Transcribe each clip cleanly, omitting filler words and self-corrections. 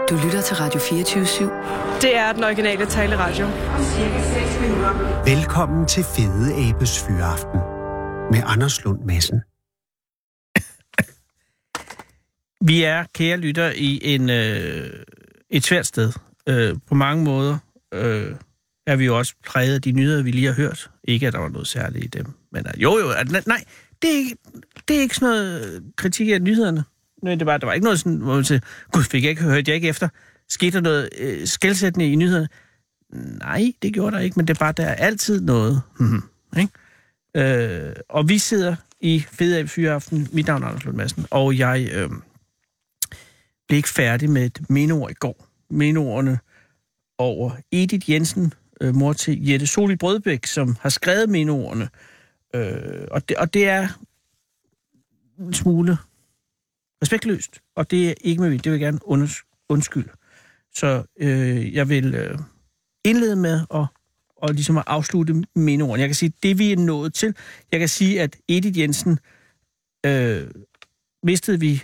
Du lytter til Radio 24/7. Det er den originale taleradio. Velkommen til Fede Abes Fyraften med Anders Lund Madsen. Vi er, kære lytter, i et svært sted. På mange måder er vi jo også præget af de nyheder, vi lige har hørt. Ikke, at der var noget særligt i dem. Men nej, det er ikke sådan noget kritik af nyhederne. Nej, der var ikke noget sådan, hvor man siger, gud, hørte jeg ikke efter. Skete der noget skelsættende i nyhederne? Nej, det gjorde der ikke, men det er bare, der er altid noget. Ikke? Og vi sidder i Fede Abes Fyraften. Mit navn er Anders Lund Madsen, og jeg blev ikke færdig med et mindeord i går. Mindeordene over Edith Jensen, mor til Jette Solvig Brødbæk, som har skrevet mindeordene. Og det er en smule respektløst, og det er ikke med vildt. Det vil jeg gerne undskylde. Så jeg vil indlede med at ligesom at afslutte mindeordene. Jeg kan sige, det vi er nået til. Jeg kan sige, at Edith Jensen mistede vi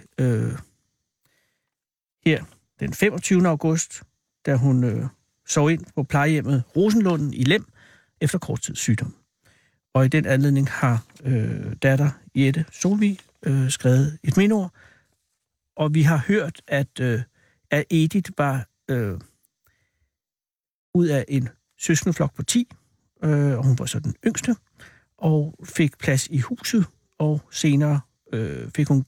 her den 25. august, da hun sov ind på plejehjemmet Rosenlunden i Lem efter kort tids sygdom. Og i den anledning har datter Jette Solvig skrevet et mindeord, og vi har hørt, at Edith var ud af en søskendeflok på 10, og hun var så den yngste, og fik plads i huset, og senere fik hun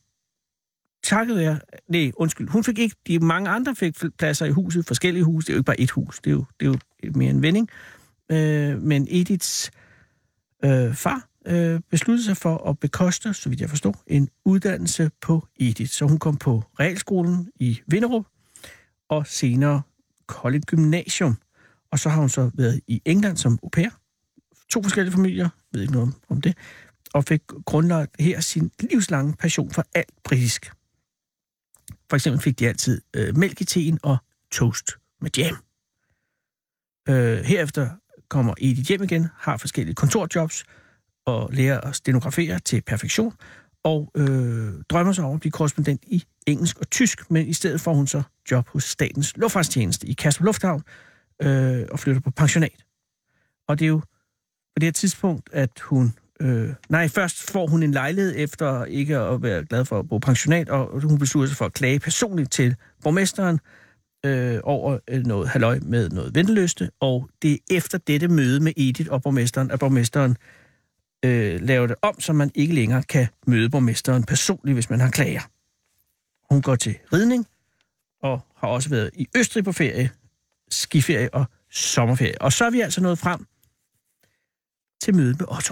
hun fik ikke, de mange andre fik pladser i huset, forskellige huse, det er jo ikke bare et hus, det er jo mere en vending, men Ediths far besluttede sig for at bekoste, så vidt jeg forstår, en uddannelse på Edith. Så hun kom på realskolen i Vinderup, og senere Kolding Gymnasium. Og så har hun så været i England som au pair. 2 forskellige familier, ved ikke noget om det, og fik grundlagt her sin livslange passion for alt britisk. For eksempel fik de altid mælk i teen og toast med jam. Herefter kommer Edith hjem igen, har forskellige kontorjobs, og lærer at stenografere til perfektion, og drømmer sig om at blive korrespondent i engelsk og tysk, men i stedet får hun så job hos Statens Luftfartstjeneste i Kastrup Lufthavn, og flytter på pensionat. Og det er jo på det her tidspunkt, at hun... først får hun en lejlighed efter ikke at være glad for at bo pensionat, og hun beslutter sig for at klage personligt til borgmesteren over noget halløj med noget venteløste, og det er efter dette møde med Edith og borgmesteren, at borgmesteren laver det om, så man ikke længere kan møde borgmesteren personligt, hvis man har klager. Hun går til ridning, og har også været i Østrig på ferie, skiferie og sommerferie. Og så er vi altså nået frem til mødet med Otto.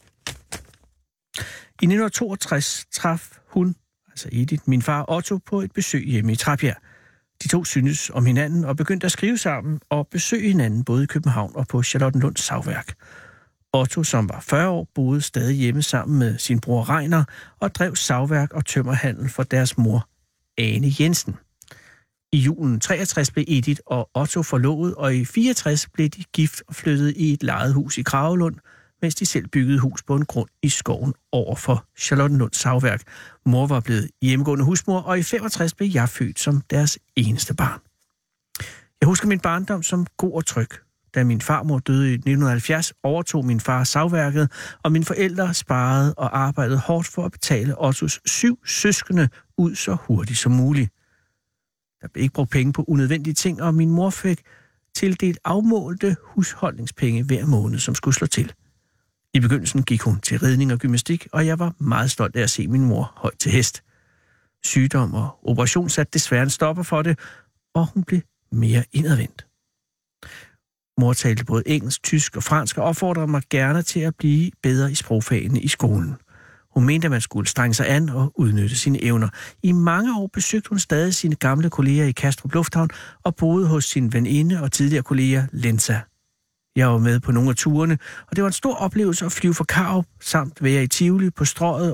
I 1962 traf hun, altså Edith, min far Otto, på et besøg hjemme i Trapjær. De to syntes om hinanden og begyndte at skrive sammen og besøge hinanden både i København og på Charlottenlunds Savværk. Otto, som var 40 år, boede stadig hjemme sammen med sin bror Reiner og drev savværk og tømmerhandel for deres mor, Ane Jensen. I julen 63 blev Edith og Otto forlovet, og i 64 blev de gift og flyttede i et lejet hus i Kragelund, mens de selv byggede hus på en grund i skoven over for Charlottenlunds Savværk. Mor var blevet hjemmegående husmor, og i 65 blev jeg født som deres eneste barn. Jeg husker min barndom som god og tryg. Da min farmor døde i 1970, overtog min far savværket, og mine forældre sparede og arbejdede hårdt for at betale Ottos 7 søskende ud så hurtigt som muligt. Der blev ikke brugt penge på unødvendige ting, og min mor fik tildelt afmålte husholdningspenge hver måned, som skulle slå til. I begyndelsen gik hun til ridning og gymnastik, og jeg var meget stolt af at se min mor højt til hest. Sygdom og operation satte desværre en stopper for det, og hun blev mere indadvendt. Mor talte både engelsk, tysk og fransk og opfordrede mig gerne til at blive bedre i sprogfagene i skolen. Hun mente, at man skulle strenge sig an og udnytte sine evner. I mange år besøgte hun stadig sine gamle kolleger i Kastrup Lufthavn og boede hos sin veninde og tidligere kollega Lenza. Jeg var med på nogle af turene, og det var en stor oplevelse at flyve fra Karup, samt være i Tivoli på Strøget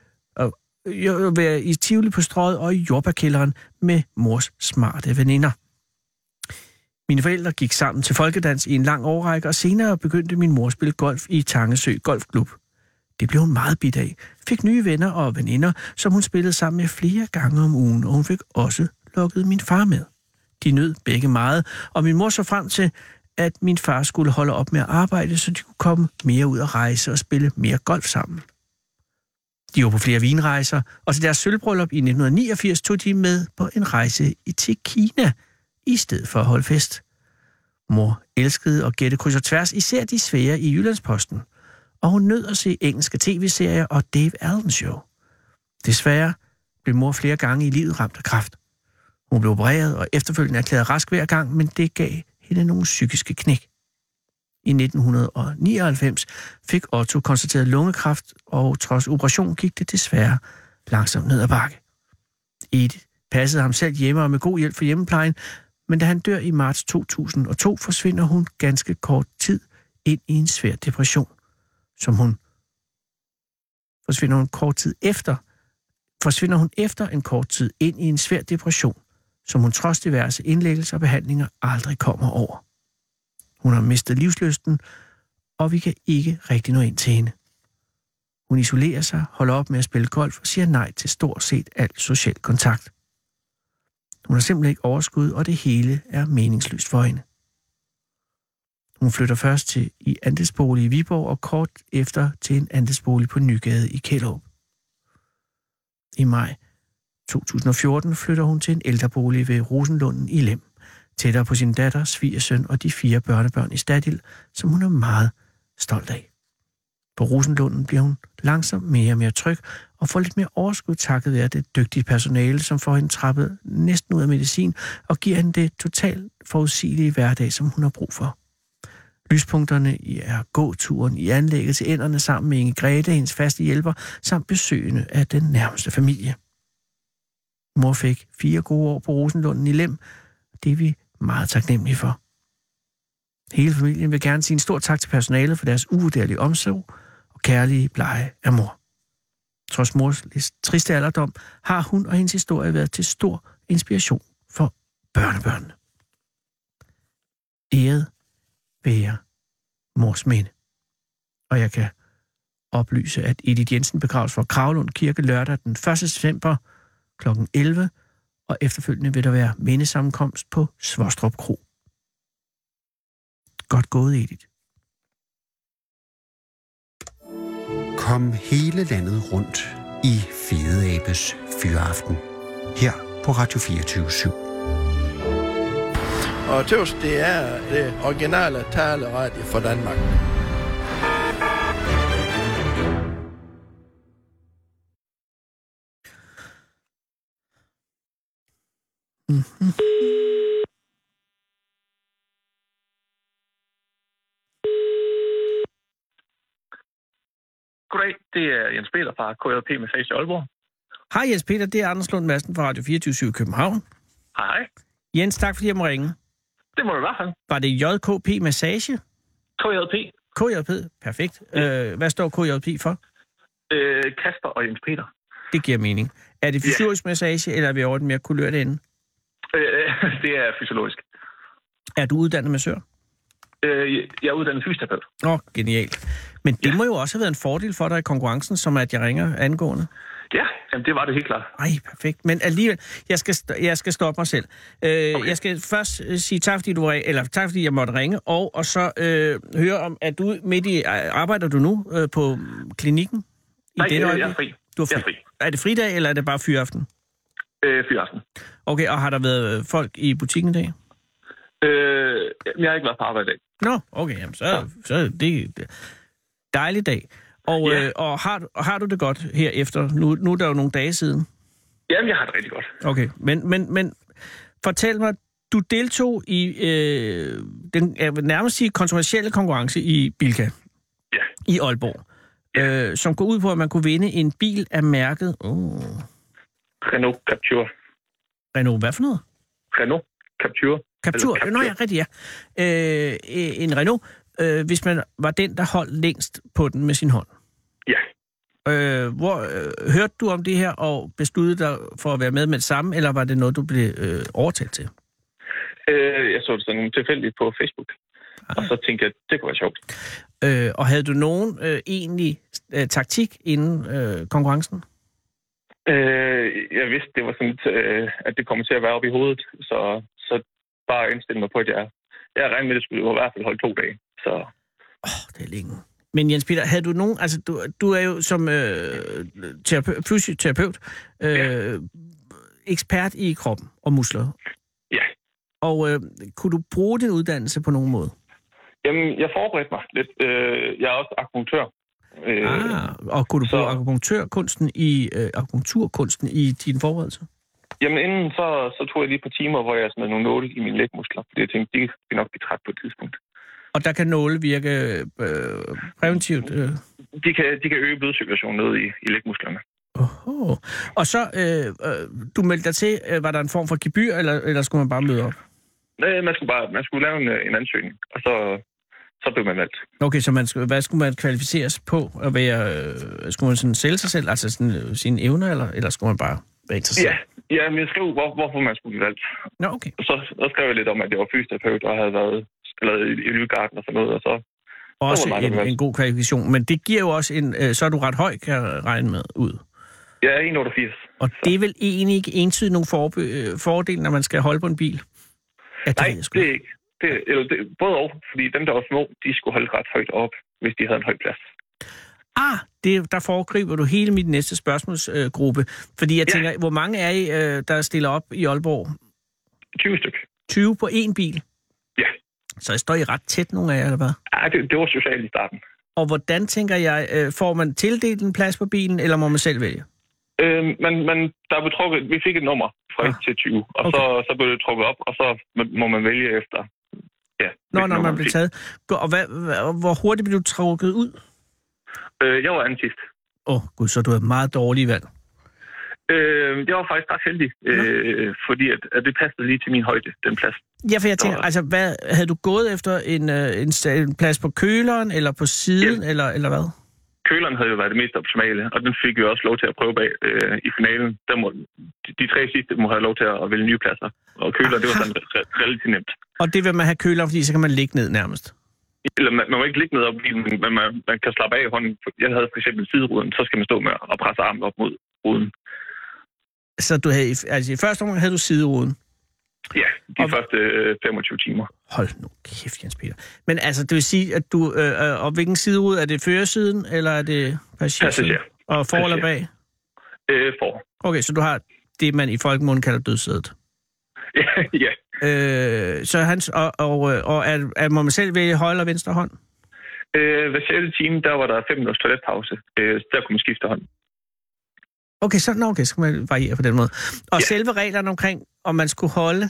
og i jordbærkælderen med mors smarte veninder. Mine forældre gik sammen til folkedans i en lang årrække, og senere begyndte min mor at spille golf i Tangesø Golfklub. Det blev hun meget bidt af. Fik nye venner og veninder, som hun spillede sammen med flere gange om ugen, og hun fik også lukket min far med. De nød begge meget, og min mor så frem til, at min far skulle holde op med at arbejde, så de kunne komme mere ud at rejse og spille mere golf sammen. De var på flere vinrejser, og til deres sølvbryllup i 1989 tog de med på en rejse til Kina, i stedet for at holde fest. Mor elskede at gætte kryds og tværs, især de svære i Jyllandsposten, og hun nød at se engelske tv-serier og Dave Allen Show. Desværre blev mor flere gange i livet ramt af kræft. Hun blev opereret og efterfølgende erklæret rask hver gang, men det gav hende nogle psykiske knæk. I 1999 fik Otto konstateret lungekræft, og trods operation gik det desværre langsomt ned ad bakke. Edith passede ham selv hjemme og med god hjælp fra hjemmeplejen, men da han dør i marts 2002, forsvinder hun ganske kort tid ind i en svær depression, forsvinder hun efter en kort tid ind i en svær depression, som hun trods diverse indlæggelser og behandlinger aldrig kommer over. Hun har mistet livslysten, og vi kan ikke rigtig nå ind til hende. Hun isolerer sig, holder op med at spille golf og siger nej til stort set alt social kontakt. Hun har simpelthen ikke overskud, og det hele er meningsløst for hende. Hun flytter først til i andelsbolig i Viborg, og kort efter til en andelsbolig på Nygade i Kjellerup. I maj 2014 flytter hun til en ældrebolig ved Rosenlunden i Lem, tættere på sin datter, svigersøn og de 4 børnebørn i Stadil, som hun er meget stolt af. På Rosenlunden bliver hun langsomt mere og mere tryg og får lidt mere overskud takket være det dygtige personale, som får hende trappet næsten ud af medicin og giver hende det totalt forudsigelige hverdag, som hun har brug for. Lyspunkterne er gåturen i anlægget til Ænderne sammen med Inge Grete, hendes faste hjælper, samt besøgende af den nærmeste familie. Mor fik 4 gode år på Rosenlunden i Lem. Det er vi meget taknemmelige for. Hele familien vil gerne sige en stor tak til personalet for deres uvurderlige omsorg og kærlige pleje af mor. Trods mors triste alderdom har hun og hendes historie været til stor inspiration for børnebørnene. Æret være mors minde. Og jeg kan oplyse, at Edith Jensen begraves fra Kravlund Kirke lørdag den 1. december kl. 11, og efterfølgende vil der være mindesammenkomst på Svostrup Kro. Godt gået, Edith. Kom hele landet rundt i Fede Abes Fyraften. Her på Radio 24/7. Og tøvs, det er det originale taleradio for Danmark. Mm-hmm. Goddag, det er Jens Peter fra KJP Massage i Aalborg. Hej Jens Peter, det er Anders Lund Madsen fra Radio 24/7 i København. Hej. Jens, tak fordi jeg må ringe. Det må du i hvert fald. Var det JKP Massage? KJP. KJP, perfekt. Hvad står KJP for? Kasper og Jens Peter. Det giver mening. Er det fysiologisk massage, eller er vi over den mere kulørte ende? Det er fysiologisk. Er du uddannet massør? Jeg er uddannet fysioterapeut. Genialt. Men det må jo også have været en fordel for dig i konkurrencen, som at jeg ringer angående. Ja, jamen det var det helt klart. Ej, perfekt. Men alligevel, jeg skal stoppe mig selv. Okay. Jeg skal først sige tak, fordi jeg måtte ringe, og så høre om, at du arbejder du nu på klinikken? Nej, jeg er fri. Du er fri. Jeg er fri. Er det fridag, eller er det bare fyraften? Fyraften. Okay, og har der været folk i butikken i dag? Jeg har ikke været på arbejde i dag. Nå, okay, jamen, så er det dejlig dag. Og har du det godt her efter? Nu er der jo nogle dage siden. Jamen, jeg har det rigtig godt. Okay, men fortæl mig, du deltog i den nærmest sige kontroversielle konkurrence i Bilka. Ja. I Aalborg. Ja. Som går ud på, at man kunne vinde en bil af mærket... Renault Captur. Renault, hvad for noget? Renault Captur. Captur, nå ja, rigtig ja. En Renault, hvis man var den, der holdt længst på den med sin hånd. Ja. Hørte du om det her og besluttede dig for at være med det samme, eller var det noget, du blev overtalt til? Jeg så det sådan tilfældigt på Facebook, og så tænkte jeg, at det kunne være sjovt. Og havde du nogen egentlig taktik inden konkurrencen? Jeg vidste, det var sådan, at det kom til at være oppe i hovedet, så bare indstille mig på, at jeg regnede med, at det skulle i hvert fald holde 2 dage. Så... det er længe. Men Jens Peter, havde du nogen... Altså, du er jo som fysioterapeut ekspert i kroppen og muskler. Ja. Og kunne du bruge din uddannelse på nogen måde? Jamen, jeg forberedte mig lidt. Jeg er også akupunktør. Og kunne du bruge akupunkturkunsten i din forberedelse? Jamen, inden så tog jeg lige et par timer, hvor jeg smed nogle nåle i mine lægmuskler, fordi jeg tænkte, de vil nok blive træt på et tidspunkt. Og der kan nåle virke præventivt? De kan øge blodcirkulationen ned i lægmusklerne. Oho. Og så, du meldte dig til, var der en form for gebyr, eller skulle man bare møde op? Nej, man skulle lave en ansøgning, og så blev man valgt. Okay, så hvad skulle man kvalificeres på? At være, skulle man sådan sælge sig selv, altså sådan, sine evner, eller skulle man bare være interesseret? Ja, men jeg skrev, hvorfor man skulle blive valgt. Nå, okay. Og så skrev jeg lidt om, at jeg var fysioterapeut og havde været i Lygarden og sådan noget, og så... Også en god kvalifikation, men det giver jo også så er du ret høj, kan jeg regne med, ud. Ja, 1,88. Og det er vel egentlig ikke entydigt nogen fordel, når man skal holde på en bil? Nej, det er ikke. Både og, fordi dem, der var små, de skulle holde ret højt op, hvis de havde en høj plads. Der foregriber du hele mit næste spørgsmålsgruppe. Fordi jeg tænker, hvor mange er I, der stiller op i Aalborg? 20 stykker. 20 på én bil? Ja. Så står I ret tæt, nogle af jer, eller hvad? Ja, det var socialt i starten. Og hvordan, tænker jeg, får man tildelt en plads på bilen, eller må man selv vælge? Der blev trukket, vi fik et nummer fra 1 til 20, og okay. så blev det trukket op, og så må man vælge efter. Ja, når man blev taget. Og hvor hurtigt blev du trukket ud? Jeg var anden sidst. Gud, så du havde meget dårlige valg. Jeg var faktisk ret heldig, fordi at det passede lige til min højde, den plads. Ja, for jeg tænker, altså, havde du gået efter en plads på køleren, eller på siden, eller hvad? Køleren havde jo været det mest optimale, og den fik jo også lov til at prøve bag i finalen. De 3 sidste må have lov til at vælge nye pladser, og køleren, det var sådan relativt nemt. Og det vil man have køleren, fordi så kan man ligge ned nærmest? Eller man må ikke ligge ned op i bilen, men man kan slappe af i hånden. Jeg havde for eksempel sideruden, så skal man stå med og presse armen op mod ruden. Så du havde, altså i første omgang havde du sideruden? Ja, de første 25 timer. Hold nu kæft, Jens Peter. Men altså, det vil sige, at du... og hvilken siderude? Er det førersiden, eller er det passagersiden? Og for eller bag? For. Okay, så du har det, man i folkemunden kalder dødssædet? Ja. Så hans... Og må man selv vælge højre eller venstre hånd? Hver 6. time, der var der 5 minutters toiletpause. Der kunne man skifte hånd. Okay, så kan man variere på den måde. Og selve reglerne omkring, om man skulle holde,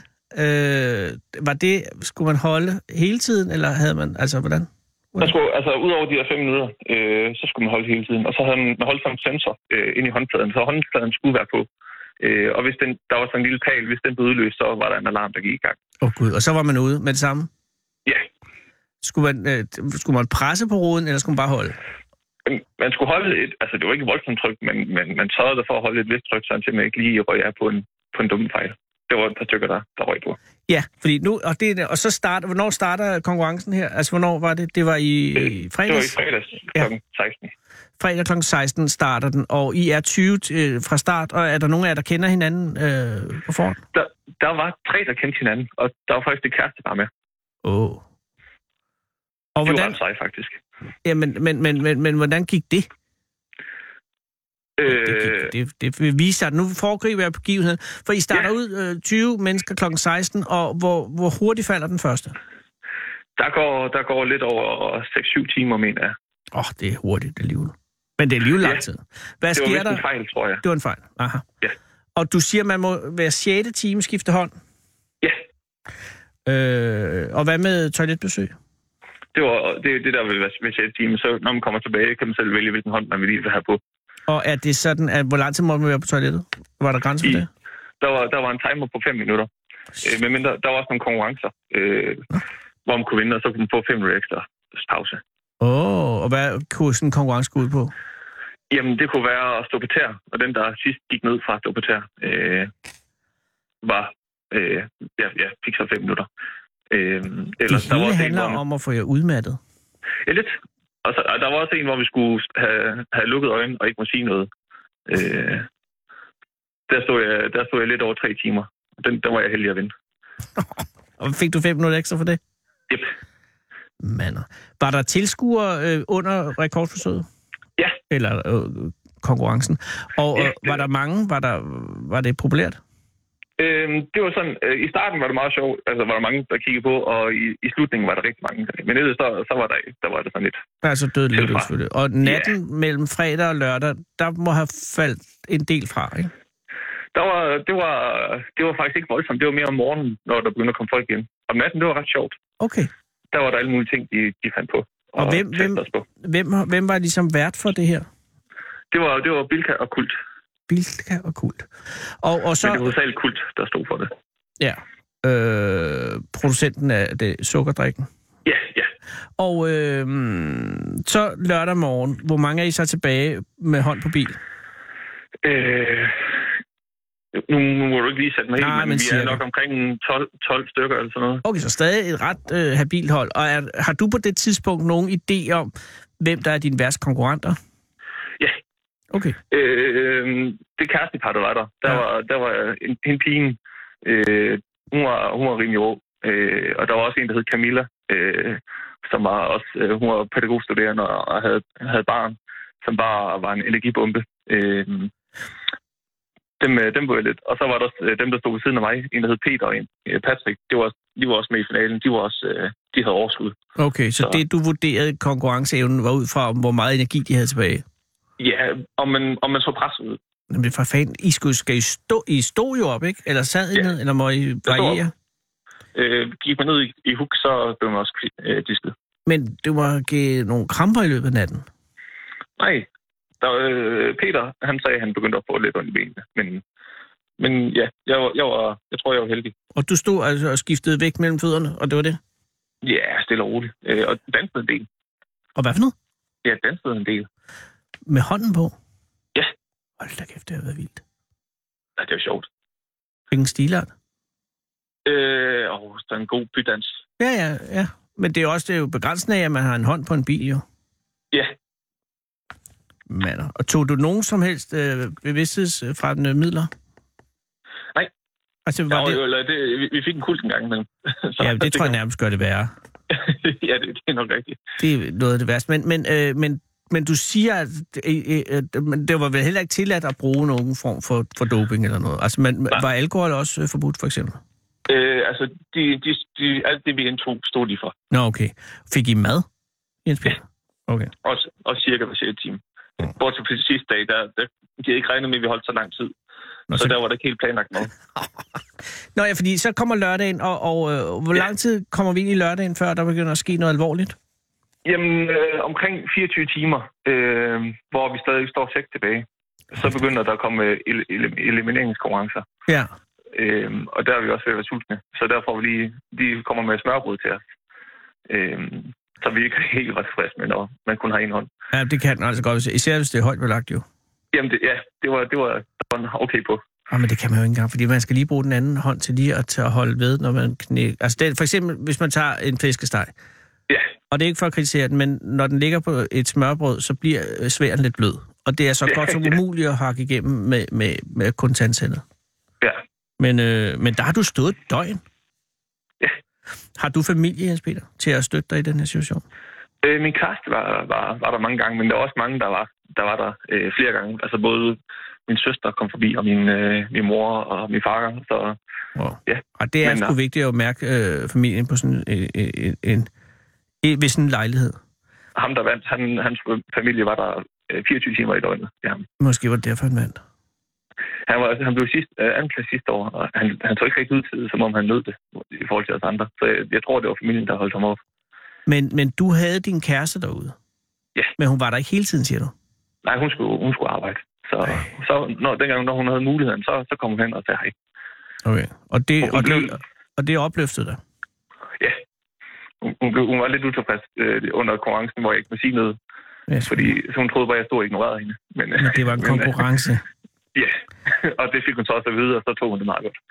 skulle man holde hele tiden, eller havde man, altså hvordan? Udover de der 5 minutter, så skulle man holde hele tiden. Og så havde man holdt sådan en sensor inde i håndfladen, så håndfladen skulle være på. Og hvis der var sådan en lille pæl, hvis den blev udløst, så var der en alarm, der gik i gang. Gud, og så var man ude med det samme? Ja. Skulle man presse på roden, eller skulle man bare holde? Man skulle holde det var ikke voldsomt tryk, men man sørgede der for at holde et vist tryk, så han simpelthen ikke lige røg af på en dumme fejl. Det var et par stykker, der røg på. Ja, fordi nu, hvornår starter konkurrencen her? Altså, hvornår var det? Det var i fredags? Det var i fredags kl. 16. Fredag kl. 16 starter den, og I er 20 fra start, og er der nogen af jer, der kender hinanden på forhånd? Der var 3, der kendte hinanden, og der var faktisk det kæreste, der var med. Og hvordan? Det var ret sej, faktisk. Ja, men hvordan gik det? Det vil vise sig, at nu foregriber jeg begivenheden. For I starter ud 20 mennesker kl. 16, og hvor hurtigt falder den første? Der går lidt over 6-7 timer, mener jeg. Det er hurtigt alligevel. Men det er alligevel lang tid. Hvad sker der? Det var en fejl, tror jeg. Det var en fejl, aha. Ja. Og du siger, man må hver 6. time skifte hånd? Ja. Og hvad med toiletbesøg? Det der vil være ved 6. time, så når man kommer tilbage, kan man selv vælge, hvilken hånd man vil lige have på. Og er det sådan, at hvor lang tid må man være på toilettet? Var der grænse for det? Der var en timer på 5 minutter. Men der var også nogle konkurrencer, hvor man kunne vinde, og så kunne man få 5 minutter ekstra pause. Og hvad kunne sådan en konkurrence gå ud på? Jamen, det kunne være at stå på tær, og den, der sidst gik ned fra at stå på tær, fik så 5 minutter. Det hele handler om at få jer udmattet? Ja, lidt. Og der var også en, hvor vi skulle have lukket øjnene og ikke må sige noget. Der stod jeg lidt over 3 timer. Der var jeg heldig at vinde. Og fik du 5 minutter ekstra for det? Yep. Mander. Var der tilskuere under rekordforsøget? Ja. Eller konkurrencen? Og var der mange? Var det populært? Det var sådan, i starten var det meget sjovt, altså var der mange, der kiggede på, og i slutningen var der rigtig mange. Men ellers så var der sådan lidt. Altså døde lidt selvfølgelig. Og natten mellem fredag og lørdag, der må have faldt en del fra, ikke? Det var faktisk ikke voldsomt. Det var mere om morgenen, når der begyndte at komme folk ind. Om natten, det var ret sjovt. Okay. Der var der alle mulige ting, de fandt på. Og hvem var ligesom vært for det her? Det var Bilka og Kult. Bilka og Kult. Og så... Men det var særligt Kult, der stod for det. Ja. Producenten af det sukkerdrikken. Ja. Og så lørdag morgen, hvor mange er I så tilbage med hånd på bil? Nu må du ikke lige sætte mig helt, men vi er nok omkring 12 stykker eller sådan noget. Okay, så stadig et ret habilt hold. Og har du på det tidspunkt nogen idé om, hvem der er dine værste konkurrenter? Ja. Okay. Det kærestepar, der var der. Der var en pige. Hun var rimelig ung. Og der var også en, der hed Camilla, som var også, hun var pædagogstuderende og havde barn, som bare var en energibombe. Dem var jeg lidt. Og så var der også dem, der stod ved siden af mig. En, der hed Peter og en Patrick. De var også med i finalen. De havde overskud. Okay, så det, du vurderede konkurrenceevnen, var ud fra, hvor meget energi de havde tilbage? Ja, om man så presset ud. Men for fanden, I stod jo op, ikke? Eller sad I ned, eller må I variere? Gik man ned i huk, så blev man også disket. Men det var give nogle kramper i løbet af natten? Nej. Peter, han sagde, at han begyndte at få lidt under benene. Men ja, jeg tror, jeg var heldig. Og du stod altså og skiftede væk mellem fødderne, og det var det? Ja, stille og roligt. Og dansede en del. Og hvad for noget? Ja, dansede en del. Med hånden på? Ja. Hold da kæft, det har været vildt. Ja, det var sjovt. Hvilken stilart? Så en god bydans. Ja. Men det er jo begrænsende af, at man har en hånd på en bil, jo. Ja. Mander. Og tog du nogen som helst bevidsthedsfremmende midler? Nej. Altså, vi fik en kult en gang imellem. Ja, det tror jeg nærmest gør det værre. Ja, det er nok rigtigt. Det er noget af det værste. Men du siger, at det var vel heller ikke tilladt at bruge nogen form for doping eller noget? Altså, var alkohol også forbudt, for eksempel? Altså, alt det, vi indtog, stod de for. Nå, okay. Fik I mad? Ja. Okay. Også cirka hver 6 time. Bortset på sidste dag, der de havde ikke regnet med, at vi holdt så lang tid. Så der var det ikke helt planlagt noget. Nå ja, fordi så kommer lørdagen, og hvor lang tid kommer vi ind i lørdagen, før der begynder at ske noget alvorligt? Jamen, omkring 24 timer, hvor vi stadig står 6 tilbage. Så begynder der at komme elimineringskonkurrencer. Ja. Og der er vi også ved at være sultne. Så derfor de kommer med smørbrød til os. Så vi ikke helt var tilfredse med, når man kun har en hånd. Ja, det kan den altså godt. Især hvis det er højt belagt, jo. Jamen, det var okay på. Ja, men det kan man jo ikke engang, fordi man skal lige bruge den anden hånd til lige at holde ved, når man knækker. Altså, for eksempel, hvis man tager en fiskesteg. Ja. Og det er ikke for at kritisere den, men når den ligger på et smørbrød, så bliver sværen lidt blød. Og det er så godt som umuligt at hakke igennem med kun tandsættet. Ja. Men der har du stået et døgn. Ja. Har du familie, Jens Peter, til at støtte dig i den her situation? Min kæreste var der mange gange, men der var også mange, der var der flere gange. Altså både min søster kom forbi, og min mor og min far. Så, wow. Ja. Og det er sgu vigtigt at mærke familien på sådan ved sådan en lejlighed. Ham, der vandt, hans familie var der 24 timer i døgnet. Ja. Måske var det derfor, han vandt. Han blev anklaget sidste år, og han tog ikke rigtig ud til, som om han nød det i forhold til os andre. Så jeg tror, det var familien, der holdt ham op. Men du havde din kæreste derude? Ja. Men hun var der ikke hele tiden, siger du? Nej, hun skulle arbejde. Så når hun havde muligheden, så kom hun hen og sagde hej. Okay. Og det opløftede dig? Ja. Hun var lidt utilfreds under konkurrencen, hvor jeg ikke må sige noget. Yes. Fordi hun troede bare, jeg stod og ignorerede hende. Men det var en konkurrence? Ja, og det fik hun så også at vide, og så tog hun det meget godt.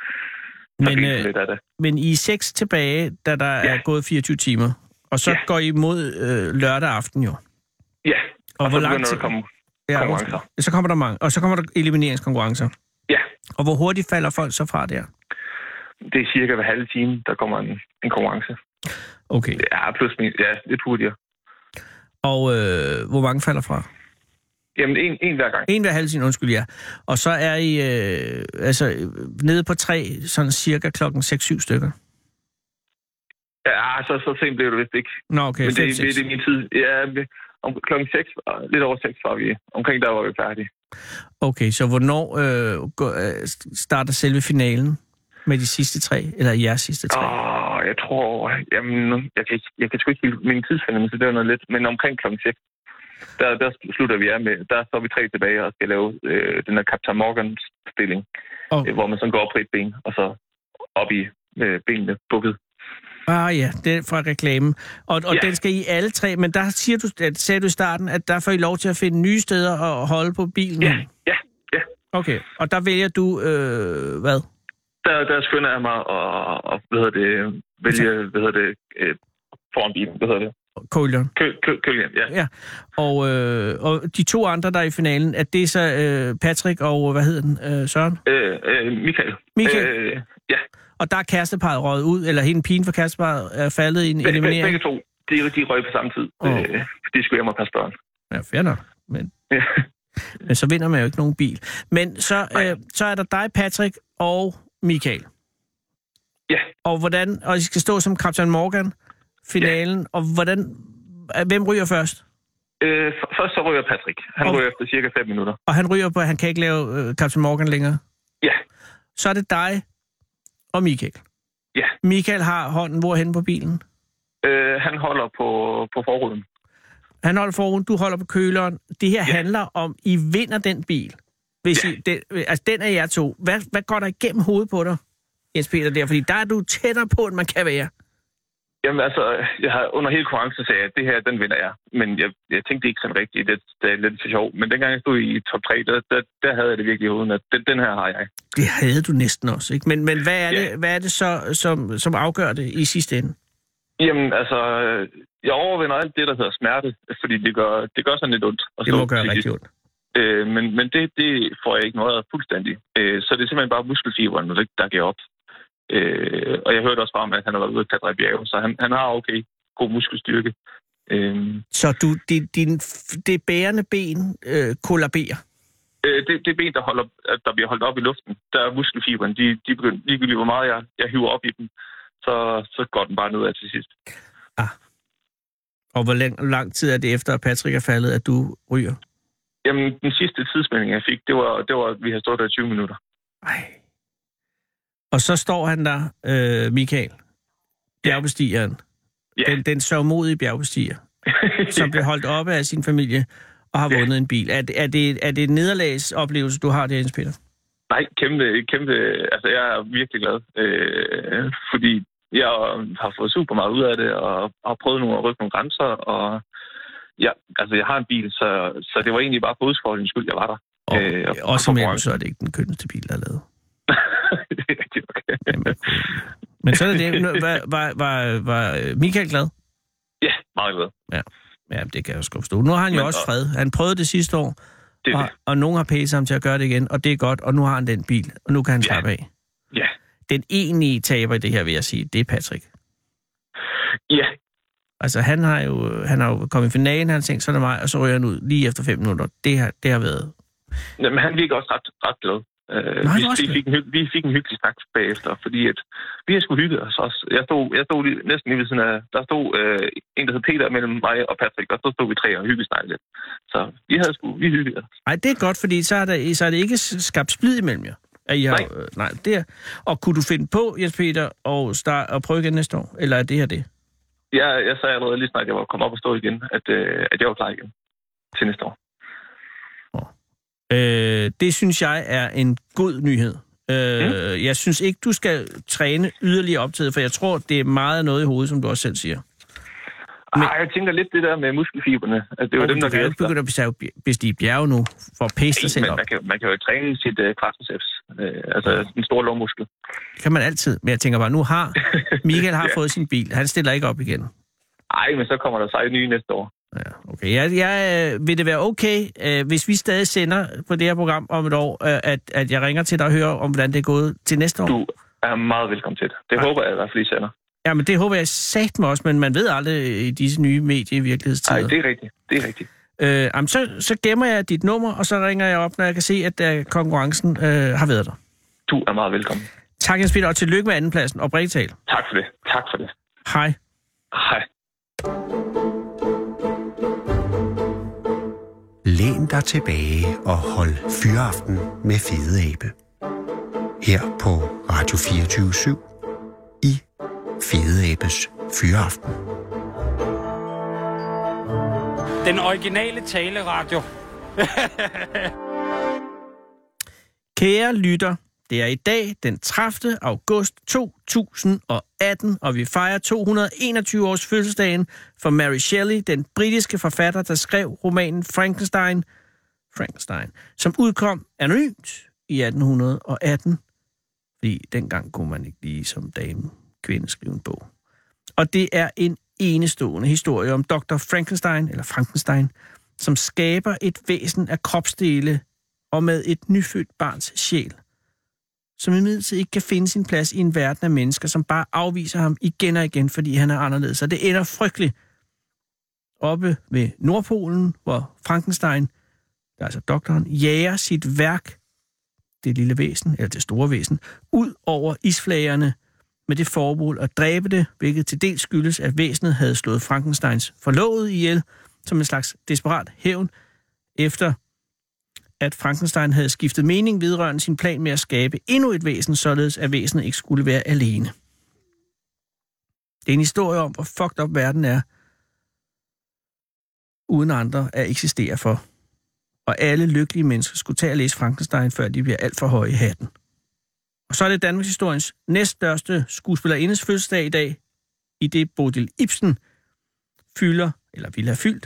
Men I er 6 tilbage, da der er gået 24 timer, og så går I mod lørdag aften jo? Ja, og hvor så begynder der at komme konkurrencer. Så kommer der mange, og så kommer der elimineringskonkurrencer? Ja. Og hvor hurtigt falder folk så fra der? det er cirka hver halve time, der kommer en konkurrence. Okay. Ja, plus minus. Ja, lidt hurtigere. Og hvor mange falder fra? Jamen, en hver gang. En hver halve time, undskyld, ja. Og så er I nede på 3, sådan cirka klokken 6-7 stykker. Ja, så sent blev det vist ikke. Nå, okay. Men det er min tid. Ja, om klokken 6, lidt over 6 var vi. Omkring der var vi færdige. Okay, så hvornår starter selve finalen med de sidste 3, eller jeres sidste 3? Jeg tror, jeg kan sgu ikke helt min tidsfornemmelse, det er noget lidt, men omkring klokken 6, der slutter vi af med, der står vi 3 tilbage og skal lave den her Captain Morgans stilling, hvor man så går op på et ben, og så op i benene bukket. Ja, det er fra reklamen. Og ja. Den skal I alle 3, men der sagde du i starten, at der får I lov til at finde nye steder at holde på bilen? Ja. Okay, og der vælger du, hvad? Der skynder jeg mig at vælge, foran bilen, Kølgen. Kølgen, ja. Ja. Og de 2 andre, der er i finalen, er det så Patrick og, hvad hedder den, Søren? Michael? Ja. Og der er kæresteparret røget ud, eller hende pigen for kæresteparret er faldet i en eliminering? Begge 2. De røg på samme tid. De skulle hjem og passe børn. Ja, fair nok. Men så vinder man jo ikke nogen bil. Men så er der dig, Patrick, og Michael. Ja. Og I skal stå som Captain Morgan, finalen. Ja. Og hvem ryger først? Først så ryger Patrick. Han ryger efter cirka 5 minutter. Og han ryger på, at han kan ikke lave Captain Morgan længere? Ja. Så er det dig og Michael? Ja. Michael har hånden hvorhenne på bilen? Han holder på forruden. Han holder forruden, du holder på køleren. Det her handler om, I vinder den bil. Hvis den er jer 2. Hvad går der igennem hovedet på dig, Jens Peter, der? Fordi der er du tættere på, end man kan være. Jamen altså, jeg har under hele konkurrencen sagt, at det her, den vinder jeg. Men jeg tænkte ikke sådan rigtigt, det er lidt for sjov. Men dengang jeg stod i top 3, der havde jeg det virkelig i hovedet, at den her har jeg. Det havde du næsten også, ikke? Men hvad er det så, som afgør det i sidste ende? Jamen altså, jeg overvinder alt det, der hedder smerte, fordi det gør sådan lidt ondt. Det må gøre rigtig ondt. Men det får jeg ikke noget af fuldstændig. Så det er simpelthen bare muskelfiberen, der giver op. Og jeg hørte også bare om, at han har været ude at klatre i bjerge, så han har okay god muskelstyrke. Så det bærende ben kollaberer? Det ben, der bliver holdt op i luften, der er muskelfiberen, de begynder ligegyldigt, hvor meget jeg hiver op i dem, så går den bare nedad til sidst. Og hvor lang tid er det efter, at Patrick er faldet, at du ryger? Jamen, den sidste tidsmelding, jeg fik, det var at vi har stået der i 20 minutter. Ej. Og så står han der, Michael, bjergbestigeren. Ja. Den sørgmodige bjergbestiger, som blev holdt oppe af sin familie og har vundet en bil. Er det en nederlagsoplevelse, du har der, Jens Peter? Nej, kæmpe. Altså, jeg er virkelig glad, fordi jeg har fået super meget ud af det, og har prøvet at rykke nogle grænser, og jeg har en bil, så det var egentlig bare på udfordringens skyld, jeg var der. Og som jeg så er det ikke den kønneste bil, der er lavet. Det er rigtigt, okay. Men så er det. Var Michael glad? Ja, meget glad. Ja, det kan jeg også forstå. Nu har han jo også fred. Han prøvede det sidste år, og nogen har pæset ham til at gøre det igen, og det er godt, og nu har han den bil, og nu kan han slappe af. Ja. Den egentlige taber i det her, vil jeg sige, det er Patrick. Ja. Altså, han har jo kommet i finalen, han tænkte, så er det mig, og så ryger han ud lige efter 5 minutter. Det har været... Men han virker også ret glad. Vi fik en hyggelig snak bagefter, fordi at vi har sgu hygget os også. Jeg stod næsten lige ved siden af... Der stod en, der hed Peter mellem mig og Patrick, og så stod vi 3 og hyggesnakkede lidt. Så vi hyggede os. Nej, det er godt, fordi så er det ikke skabt splid imellem jer. Nej, det er... Og kunne du finde på, Jens Peter, at prøve igen næste år? Eller er det her det? Jeg sagde allerede lige snart, at jeg var kommet op og stå igen, at jeg var klar igen til næste år. Det synes jeg er en god nyhed. Jeg synes ikke, du skal træne yderligere optaget, for jeg tror, det er meget noget i hovedet, som du også selv siger. Men jeg tænker lidt det der med muskelfiberne. Altså, det er jo dem, der kan hjælpe. Du begynder at bestige bjerge nu, for at pace dig selv op. Man kan jo træne sit quadriceps, altså en stor lårmuskel. Det kan man altid, men jeg tænker bare, nu har Michael fået sin bil. Han stiller ikke op igen. Nej, men så kommer der sig nye næste år. Ja, okay. Vil det være okay, hvis vi stadig sender på det her program om et år, at jeg ringer til dig og hører om, hvordan det er gået til næste år? er meget velkommen til det. Det håber jeg i hvert fald, I sender. Ja, men det håber jeg satme også, men man ved aldrig i disse nye medievirkelighedstider. Nej, det er rigtigt. Det er rigtigt. Så gemmer jeg dit nummer, og så ringer jeg op, når jeg kan se, at konkurrencen har været der. Du er meget velkommen. Tak, Jens Peter, og tillykke med andenpladsen, og bredt tal. Tak for det. Tak for det. Hej. Hej. Læn dig tilbage og hold fyraften med Fede Abe. Her på Radio 24/7 i Fede Abes Fyraften. Den originale taleradio. Kære lytter, det er i dag den 30. august 2018, og vi fejrer 221 års fødselsdagen for Mary Shelley, den britiske forfatter, der skrev romanen Frankenstein, som udkom anonymt i 1818, fordi dengang kunne man ikke lige som kvinde skrive en bog. Og det er en enestående historie om Dr. Frankenstein, som skaber et væsen af kropsdele og med et nyfødt barns sjæl, som imidlertid ikke kan finde sin plads i en verden af mennesker, som bare afviser ham igen og igen, fordi han er anderledes. Og det ender frygteligt oppe ved Nordpolen, hvor Frankenstein, der er altså doktoren, jager sit værk, det lille væsen, eller det store væsen, ud over isflagerne med det formål at dræbe det, hvilket til dels skyldes, at væsenet havde slået Frankensteins forlovede ihjel som en slags desperat hævn, efter at Frankenstein havde skiftet mening vedrørende sin plan med at skabe endnu et væsen, således at væsenet ikke skulle være alene. Det er en historie om, hvor fucked up verden er, uden andre at eksistere for. Og alle lykkelige mennesker skulle tage og læse Frankenstein, før de bliver alt for høje i hatten. Og så er det Danmarks historiens næststørste skuespillerindes fødselsdag i dag, i det Bodil Ibsen ville have fyldt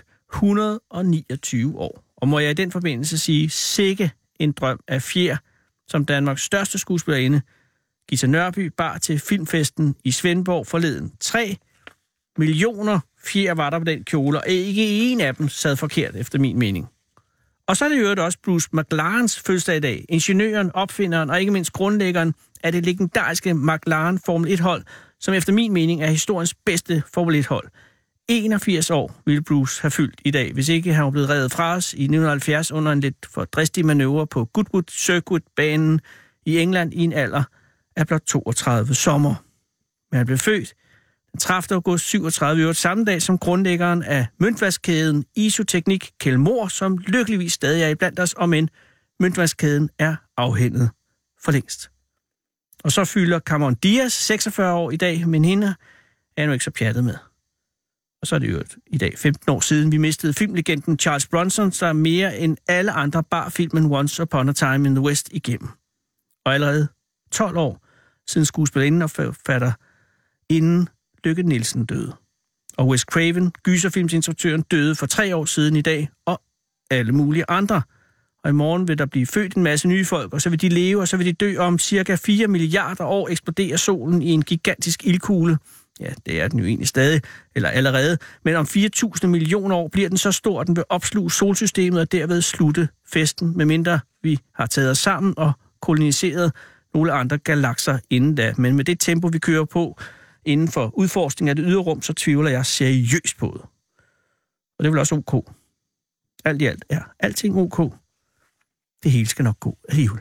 129 år. Og må jeg i den forbindelse sige, sikke en drøm af fjer, som Danmarks største skuespillerinde, Gita Nørby, bar til filmfesten i Svendborg forleden. 3 millioner fjer var der på den kjole, og ikke en af dem sad forkert, efter min mening. Og så er det jo også Bruce McLarens fødselsdag i dag. Ingeniøren, opfinderen og ikke mindst grundlæggeren af det legendariske McLaren Formel 1-hold, som efter min mening er historiens bedste Formel 1-hold. 81 år ville Bruce have fyldt i dag, hvis ikke han var blevet reddet fra os i 1970 under en lidt for dristig manøvre på Goodwood Circuit-banen i England i en alder af blot 32 sommer. Men han blev født den 30. august 37 samme dag som grundlæggeren af møntvaskkæden Isoteknik Kjeld Mohr, som lykkeligvis stadig er iblandt os, og men møntvaskkæden er afhændet for længst. Og så fylder Cameron Diaz 46 år i dag, men hende er jeg nu ikke så pjattet med. Og så er det jo i dag 15 år siden, vi mistede filmlegenden Charles Bronson, der mere end alle andre bar filmen Once Upon a Time in the West igennem. Og allerede 12 år siden skuespillerinden og forfatter inden Lykke Nielsen døde. Og Wes Craven, gyserfilmsinstruktøren, døde for 3 år siden i dag, og alle mulige andre. Og i morgen vil der blive født en masse nye folk, og så vil de leve, og så vil de dø om cirka 4 milliarder år, eksploderer solen i en gigantisk ildkugle. Ja, det er den jo egentlig stadig, eller allerede. Men om 4.000 millioner år bliver den så stor, at den vil opsluge solsystemet og derved slutte festen, medmindre vi har taget os sammen og koloniseret nogle andre galakser inden da. Men med det tempo, vi kører på inden for udforskning af det ydre rum, så tvivler jeg seriøst på det. Og det er vel også ok. Alt i alt er alting ok. Det hele skal nok gå alligevel.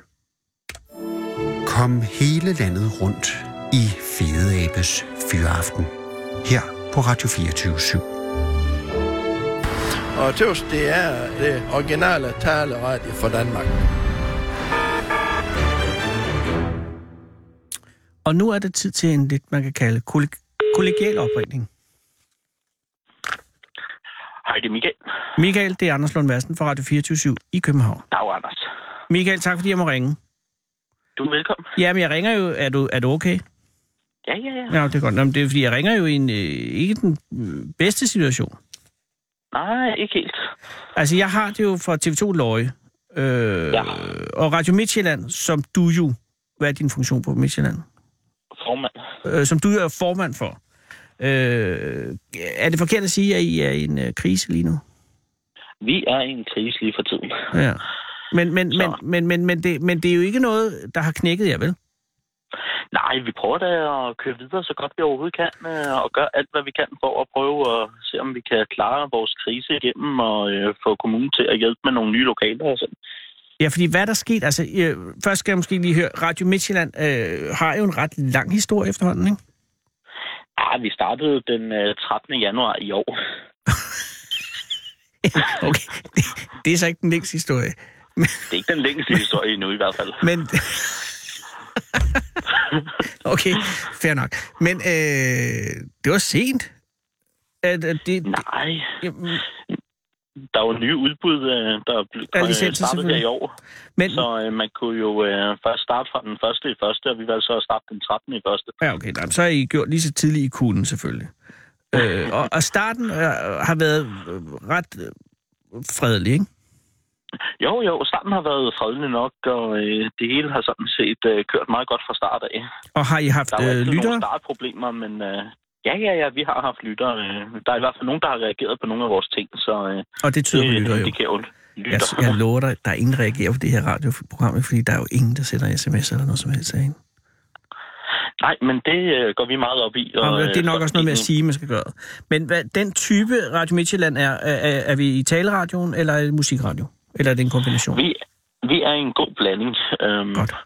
Kom hele landet rundt i Fede Abes Fyraften. Her på Radio 24/7. Og tøvs, det er det originale taleradio for Danmark. Og nu er det tid til en lidt, man kan kalde kollegial opringning. Hej, det er Michael. Michael, det er Anders Lund Madsen fra Radio 24/7 i København. Dag, Anders. Michael, tak fordi jeg må ringe. Du er velkommen. Ja, men jeg ringer jo. Er du okay? Ja. Ja, det er godt. Nå, det er fordi, jeg ringer jo i en ikke den bedste situation. Nej, ikke helt. Altså, jeg har det jo fra TV2 Løje. Og Radio Midtjylland, som du jo... Hvad er din funktion på Midtjylland? Formand. Som du er formand for. Er det forkert at sige, at I er i en krise lige nu? Vi er i en krise lige for tiden. Ja. Men det er jo ikke noget, der har knækket jer, vel? Nej, vi prøver da at køre videre så godt vi overhovedet kan, og gøre alt, hvad vi kan for at prøve at se, om vi kan klare vores krise igennem og få kommunen til at hjælpe med nogle nye lokaler og sådan. Ja, fordi hvad er der sket? Altså, først skal jeg måske lige høre, Radio Midtjylland har jo en ret lang historie efterhånden, ikke? Ja, vi startede den 13. januar i år. Okay, det er så ikke den længste historie. Det er ikke den længste historie endnu i hvert fald. Men... Okay, fair nok. Men det var sent. Nej. Der var nye udbud, der startede her i år. Men... Så man kunne jo først starte fra den første i første, og vi valgte så at starte den 13. i første. Ja, okay. Så har I gjort lige så tidligt i kunden, selvfølgelig. Og starten har været ret fredelig, ikke? Jo, starten har været fredelig nok, og det hele har sådan set kørt meget godt fra start af. Og har I haft lyttere? Der var nogle startproblemer, men ja, vi har haft lyttere. Der er i hvert fald nogen, der har reageret på nogle af vores ting, så og det tyder på lyttere jo. Jeg lover dig, der er ingen, der reagerer på det her radioprogram, fordi der er jo ingen, der sender sms eller noget som helst af en. Nej, men det går vi meget op i. Og, det er nok også noget med at sige, man skal gøre. Men den type Radio Midtjylland er vi i taleradioen, eller er det musikradio? Eller er det en kombination? Vi er en god blanding. Godt.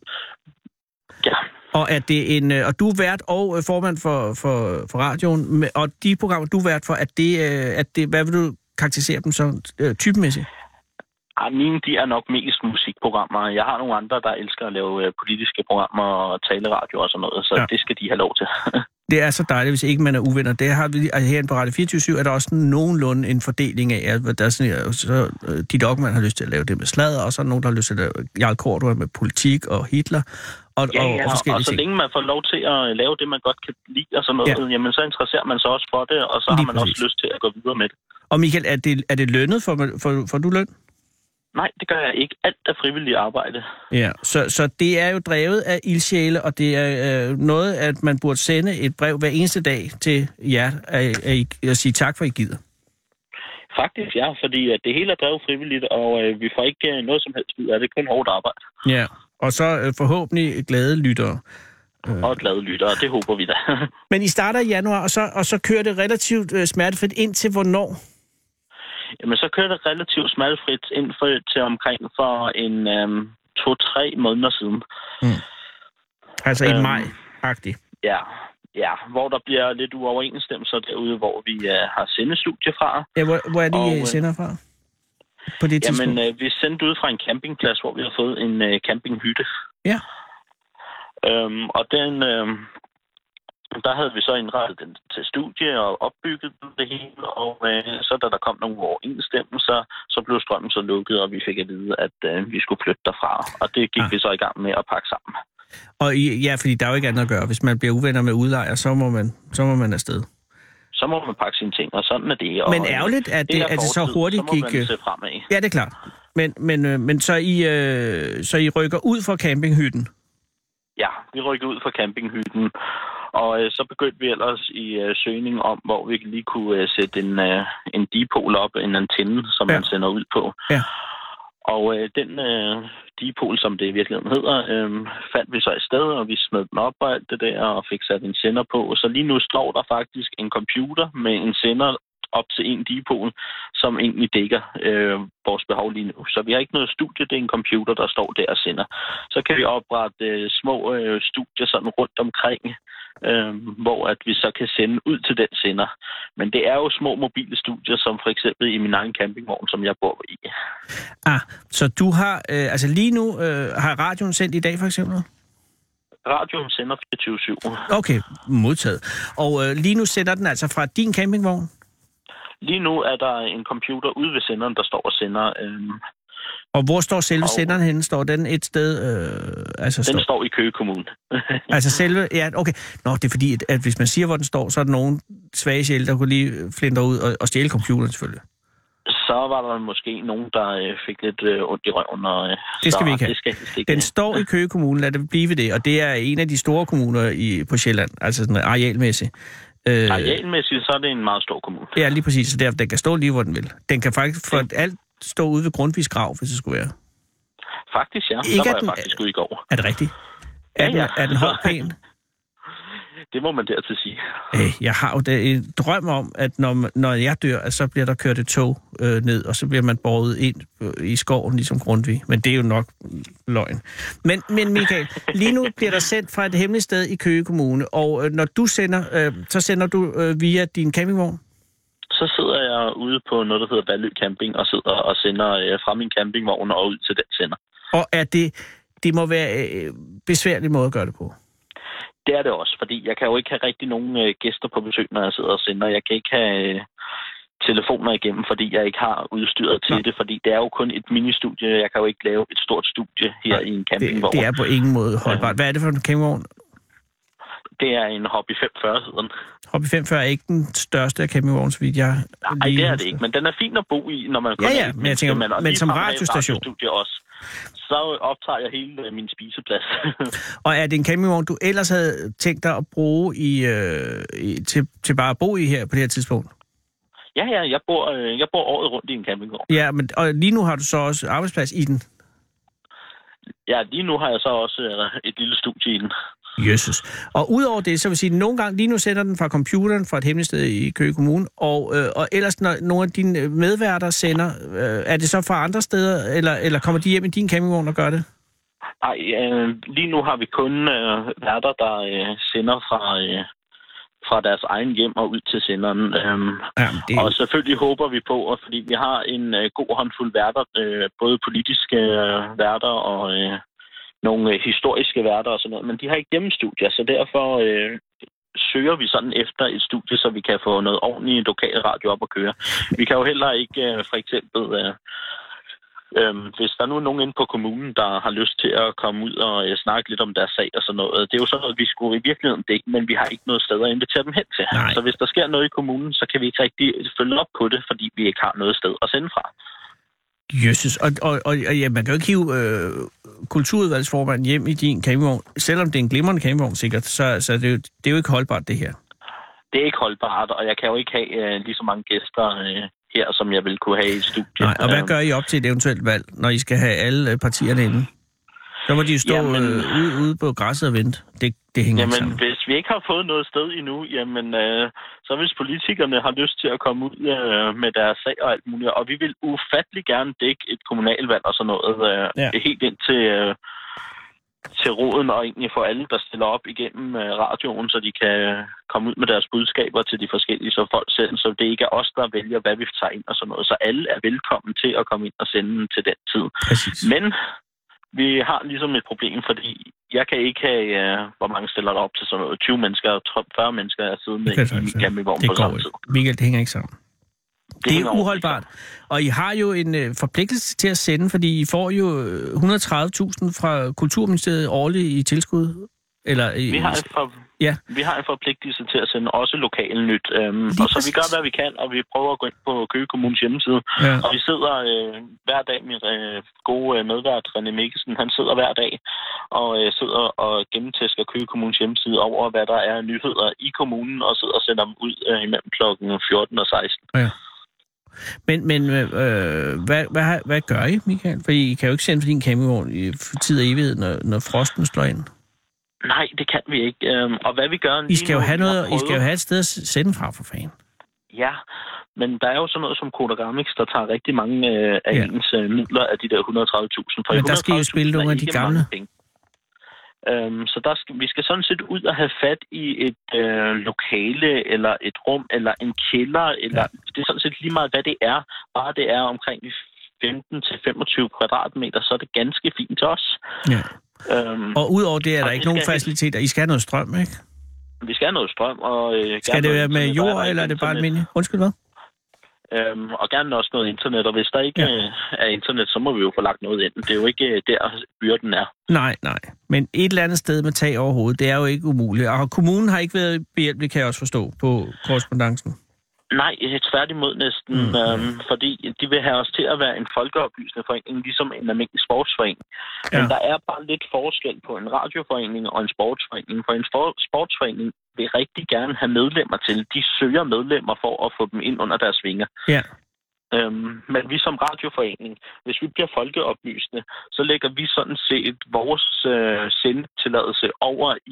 Ja. Og er det og du er vært og formand for radioen, og de programmer, du er vært for, at det, hvad vil du karakterisere dem så typemæssigt? Mine, de er nok mest musikprogrammer. Jeg har nogle andre, der elsker at lave politiske programmer og taleradio og sådan noget, så det skal de have lov til. Det er så dejligt, hvis ikke man er uvenner. Det har vi herinde på Radio 24/7, er der også nogenlunde en fordeling af, at der er sådan, så Ditte Okman har lyst til at lave det med sladder, og så er der nogen, der har lyst til at lave Jarl Kortua med politik og Hitler. Og forskellige og så længe man får lov til at lave det, man godt kan lide og sådan noget, jamen så interesserer man sig også for det, og så har man også lyst til at gå videre med det. Og Michael, er det lønnet? Får du løn? Nej, det gør jeg ikke. Alt er frivilligt arbejde. Ja, så det er jo drevet af ildsjæle, og det er noget, at man burde sende et brev hver eneste dag til jer at sige tak for, at I gider. Faktisk ja, fordi det hele er drevet frivilligt, og vi får ikke noget som helst ud af det. Kun hårdt arbejde. Ja, og så forhåbentlig glade lyttere. Og glade lyttere, det håber vi da. Men I starter i januar, og så kører det relativt smertefrit indtil hvornår? Jamen, så kører det relativt smertefrit ind til omkring for en 2-3 måneder siden. Altså i maj-agtigt? Ja, hvor der bliver lidt uoverensstemmelser derude, hvor vi har sendestudie fra. Ja, hvor er det, I sender fra? På det tidspunkt? Jamen, vi er sendt ud fra en campingplads, hvor vi har fået en campinghytte. Ja. Og den... Der havde vi så indrettet den til studie og opbygget det hele, og så da der kom nogle overensstemmelser, så blev strømmen så lukket, og vi fik at vide, at vi skulle flytte derfra. Og det gik vi så i gang med at pakke sammen. Og ja, fordi der er jo ikke andet at gøre. Hvis man bliver uvenner med udlejer, så må man afsted. Så må man pakke sine ting, og sådan er det. Og men ærgerligt, at det så hurtigt gik... Så må man se fremad. Ja, det er klart. Men så I rykker ud fra campinghytten? Ja, vi rykker ud fra campinghytten. Og så begyndte vi ellers i søgning om, hvor vi lige kunne sætte en dipol op, en antenne, som man sender ud på. Ja. Og den dipol, som det i virkeligheden hedder, fandt vi så i stedet, og vi smed den op og alt det der, og fik sat en sender på. Så lige nu står der faktisk en computer med en sender op til en dipol, som egentlig dækker vores behov lige nu. Så vi har ikke noget studie, det er en computer, der står der og sender. Så kan vi oprette små studier sådan rundt omkring, hvor at vi så kan sende ud til den sender. Men det er jo små mobile studier, som for eksempel i min egen campingvogn, som jeg bor i. Så du har, altså lige nu har radioen sendt i dag for eksempel? Radioen sender 24/7. Okay, modtaget. Og lige nu sender den altså fra din campingvogn? Lige nu er der en computer ude ved senderen, der står og sender. Og hvor står selve senderen henne? Står den et sted? Den står i Køge Kommune. Altså selve... Ja, okay. Nå, det er fordi, at hvis man siger, hvor den står, så er der nogen svage sjæle, der kunne lige flinte ud og stjæle computeren selvfølgelig. Så var der måske nogen, der fik lidt ondt i røven. Og, det skal vi ikke have. Den står i Køge Kommune, lad det blive ved det. Og det er en af de store kommuner på Sjælland, altså sådan arealmæssigt. Arealmæssigt, så er det en meget stor kommune. Ja, lige præcis. Så den kan stå lige, hvor den vil. Den kan faktisk for alt stå ude ved Grundtvigs grav, hvis det skulle være. Faktisk, ja. Der var jeg faktisk ude i går. Er det rigtigt? Er den højt pæn? Det må man dertil sige. Jeg har jo en drøm om, at når jeg dør, så bliver der kørt et tog ned, og så bliver man båret ind i skoven, ligesom Grundtvig. Men det er jo nok løgn. Men Michael, lige nu bliver der sendt fra et hemmeligt sted i Køge Kommune, og når du sender, så sender du via din campingvogn? Så sidder jeg ude på noget, der hedder Vallø Camping, og sidder og sender fra min campingvogn og ud til den sender. Og er det må være besværlig måde at gøre det på? Det er det også, fordi jeg kan jo ikke have rigtig nogen gæster på besøg, når jeg sidder og sender. Jeg kan ikke have telefoner igennem, fordi jeg ikke har udstyret til det, fordi det er jo kun et ministudie. Jeg kan jo ikke lave et stort studie her i en campingvogn. Det er på ingen måde holdbart. Hvad er det for en campingvogn? Det er en Hobby 540, hedder den. Hobby 540 er ikke den største af campingvognen, så vidt jeg... Nej, det er det ikke, men den er fin at bo i, når man... Ja, men jeg tænker, men som radiostation. Også, så optager jeg hele min spiseplads. Og er det en campingvogn, du ellers havde tænkt dig at bruge til bare at bo i her på det her tidspunkt? Ja, jeg bor året rundt i en campingvogn. Ja, og lige nu har du så også arbejdsplads i den? Ja, lige nu har jeg så også et lille studie i den. Jesus. Og udover det, så vil sige, at nogle gange, lige nu sender den fra computeren fra et hemmeligt sted i Køge Kommune, og ellers, når nogle af dine medværter sender, er det så fra andre steder, eller kommer de hjem i din campingvogn og gør det? Nej, lige nu har vi kun værter, der sender fra deres egen hjem og ud til senderen. Og selvfølgelig håber vi på, fordi vi har en god håndfuld værter, både politiske værter og... nogle historiske værter og sådan noget, men de har ikke hjemmestudier, så derfor søger vi sådan efter et studie, så vi kan få noget ordentligt lokal radio op at køre. Vi kan jo heller ikke, for eksempel, hvis der nu er nogen inde på kommunen, der har lyst til at komme ud og snakke lidt om deres sag og sådan noget, det er jo sådan noget, vi skulle i virkeligheden det, men vi har ikke noget sted at invitere dem hen til. Nej. Så hvis der sker noget i kommunen, så kan vi ikke rigtig følge op på det, fordi vi ikke har noget sted at sende fra. Jesus, og ja, man kan jo ikke hive kulturudvalgsformanden hjem i din campingvogn, selvom det er en glimrende campingvogn sikkert, så det er jo ikke holdbart, det her. Det er ikke holdbart, og jeg kan jo ikke have lige så mange gæster her, som jeg ville kunne have i studiet. Nej, og hvad gør I op til et eventuelt valg, når I skal have alle partierne inde? Så må de jo stå ude på græsset og vente. Det hænger ikke sammen. Hvis vi ikke har fået noget sted endnu, så hvis politikerne har lyst til at komme ud med deres sag og alt muligt, og vi vil ufattelig gerne dække et kommunalvalg og sådan noget, helt ind til roden, og egentlig få alle, der stiller op igennem radioen, så de kan komme ud med deres budskaber til de forskellige så folk selv, så det ikke er os, der vælger, hvad vi tager ind og sådan noget. Så alle er velkommen til at komme ind og sende til den tid. Præcis. Men vi har ligesom et problem, fordi jeg kan ikke have, hvor mange stiller der op til sådan noget. 20 mennesker, 40 mennesker er siddende i campingvognen på samme tid. Michael, det hænger ikke sammen. Det er uholdbart. Og I har jo en forpligtelse til at sende, fordi I får jo 130.000 fra Kulturministeriet årligt i tilskud. Vi har en forpligtelse til at sende også lokale nyt. Og så vi gør, hvad vi kan, og vi prøver at gå ind på Køge Kommunes hjemmeside. Ja. Og vi sidder hver dag med gode medvært, René Mikkelsen. Han sidder hver dag og sidder og gennemtæsker Køge Kommunes hjemmeside over, hvad der er nyheder i kommunen, og sidder og sender dem ud imellem klokken 14 og 16. Ja. Men hvad gør I, Michael? For I kan jo ikke sende for din campingvogn i tid og evighed, når frosten slår ind. Nej, det kan vi ikke. Og hvad vi gør... I skal jo have et sted at sende fra, for fanden. Ja, men der er jo sådan noget som Kodagramix, der tager rigtig mange af ens midler af de der 130.000. Men der skal I jo spille nogle af de gamle. Så vi skal sådan set ud og have fat i et lokale, eller et rum, eller en kælder, eller det er sådan set lige meget, hvad det er. Bare det er omkring 15-25 kvadratmeter, så er det ganske fint til os. Ja. Og udover det er der ikke nogen faciliteter. I skal have noget strøm, ikke? Vi skal have noget strøm. Og skal det være med jord, eller er det bare almindeligt? Undskyld, hvad? Og gerne også noget internet. Og hvis der ikke er internet, så må vi jo få lagt noget ind. Det er jo ikke der, byrden er. Nej. Men et eller andet sted med tag over hovedet, det er jo ikke umuligt. Og kommunen har ikke været behjælpelig, kan jeg også forstå, på korrespondancen. Nej, tværtimod næsten, fordi de vil have os til at være en folkeoplysende forening, ligesom en almindelig sportsforening. Men der er bare lidt forskel på en radioforening og en sportsforening. For en sportsforening vil rigtig gerne have medlemmer til. De søger medlemmer for at få dem ind under deres vinger. Ja. Men vi som radioforening, hvis vi bliver folkeoplysende, så lægger vi sådan set vores sendetilladelse over i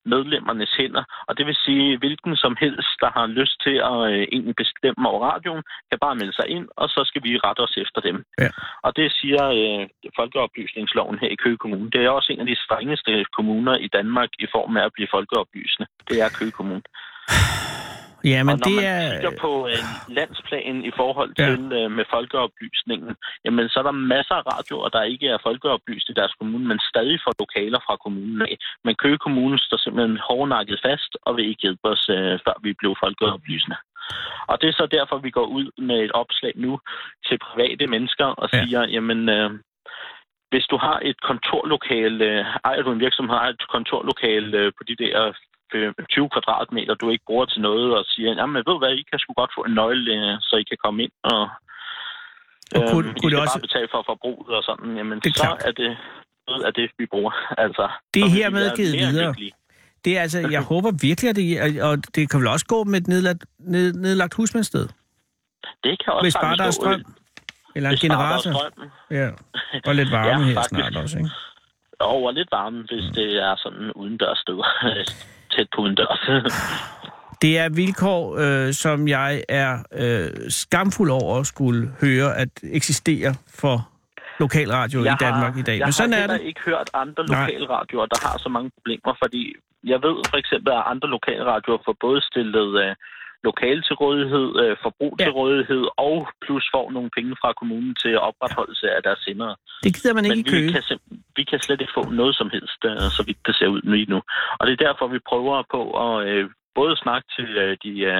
medlemmernes hænder. Og det vil sige, hvilken som helst, der har lyst til at egentlig bestemme over radioen, kan bare melde sig ind, og så skal vi rette os efter dem. Ja. Og det siger folkeoplysningsloven her i Køge Kommune. Det er også en af de strengeste kommuner i Danmark i form af at blive folkeoplysende. Det er Køge Kommune. Ja, men og når man kigger på landsplan i forhold til med folkeoplysningen, jamen så er der masser af radioer, der ikke er folkeoplyst i deres kommune, men stadig får lokaler fra kommunen af. Men Køge Kommune står simpelthen hårdnakket fast og vil ikke hjælpe os, før vi blev folkeoplysende. Og det er så derfor, vi går ud med et opslag nu til private mennesker og siger, jamen hvis du har et kontorlokale, ejer du en virksomhed, har et kontorlokale på de der 20 kvadratmeter, du ikke bruger til noget, og siger, jamen ved du hvad, I kan sgu godt få en nøgle, så I kan komme ind, og kunne I skal også bare betale for forbruget og sådan, jamen så klart. Er det noget af det, vi bruger. Altså, det er hermed givet videre. Det er altså, jeg håber virkelig, at det, og det kan vel også gå med et nedlagt husmandssted? Det kan også hvis bare der er strøm. Eller en generator. Ja, og lidt varme her snart også, ikke? Og lidt varme, hvis det er sådan udendørs sted. Tæt på udendørs. Det er vilkår, som jeg er skamfuld over at skulle høre at eksistere for lokalradio i Danmark i dag. Men sådan er det. Jeg har ikke hørt andre lokalradioer, der har så mange problemer, fordi jeg ved for eksempel, at andre lokalradioer får både stillet lokale til rådighed, forbrug til rådighed, og plus får nogle penge fra kommunen til opretholdelse af deres sendere. Det gider man ikke i Køge. Vi kan slet ikke få noget som helst, så vidt det ser ud lige nu. Og det er derfor, vi prøver på at både snakke til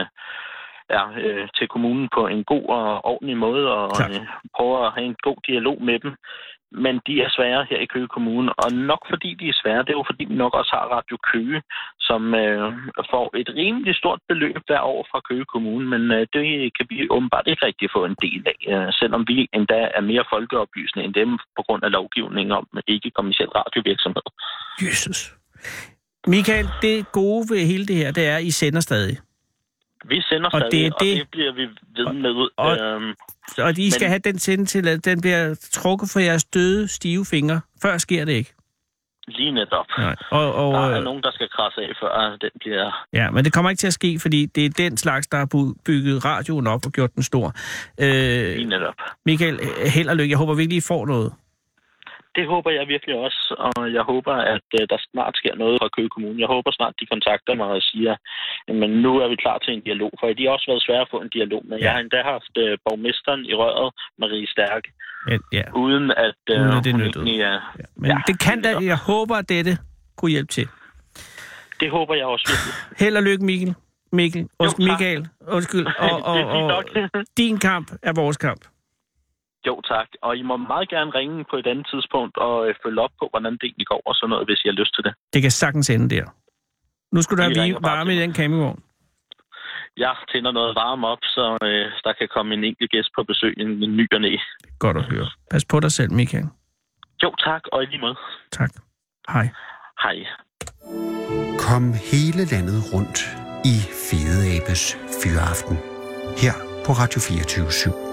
til kommunen på en god og ordentlig måde, og prøve at have en god dialog med dem. Men de er svære her i Køge Kommune, og nok fordi de er svære, det er jo fordi vi nok også har Radio Køge, som får et rimelig stort beløb hver år fra Køge Kommune, men det kan vi åbenbart ikke rigtig få en del af, selvom vi endda er mere folkeoplysende end dem på grund af lovgivningen om ikke-kommerciel radiovirksomhed. Jesus. Michael, det gode ved hele det her, det er, at I sender stadig. Vi sender stadig, og det bliver vi ved med. Og I skal have den sende til, at den bliver trukket for jeres døde, stive fingre. Før sker det ikke. Lige netop. Nej. Og der er nogen, der skal krasse af, før den bliver... Ja, men det kommer ikke til at ske, fordi det er den slags, der har bygget radioen op og gjort den stor. Lige netop. Michael, held og lykke. Jeg håber virkelig, I får noget. Det håber jeg virkelig også, og jeg håber, at der snart sker noget fra Køge Kommune. Jeg håber snart, de kontakter mig og siger, men nu er vi klar til en dialog, for de har også været svære at få en dialog med. Jeg har endda haft borgmesteren i Røret, Marie Stærk, uden at hun egentlig er... Men det kan da, jeg håber, at dette kunne hjælpe til. Det håber jeg også virkelig. Held og lykke, Michael. Undskyld. Og din kamp er vores kamp. Jo, tak. Og I må meget gerne ringe på et andet tidspunkt og følge op på, hvordan det egentlig går og sådan noget, hvis I har lyst til det. Det kan sagtens ende der. Nu skulle der blive varme i den campingvogn. Jeg tænder noget varme op, så der kan komme en enkelt gæst på besøg, en ny og næ. Godt at høre. Pas på dig selv, Michael. Jo, tak. Og i lige måde. Tak. Hej. Hej. Kom hele landet rundt i Fede Abes Fyraften. Her på Radio 24/7.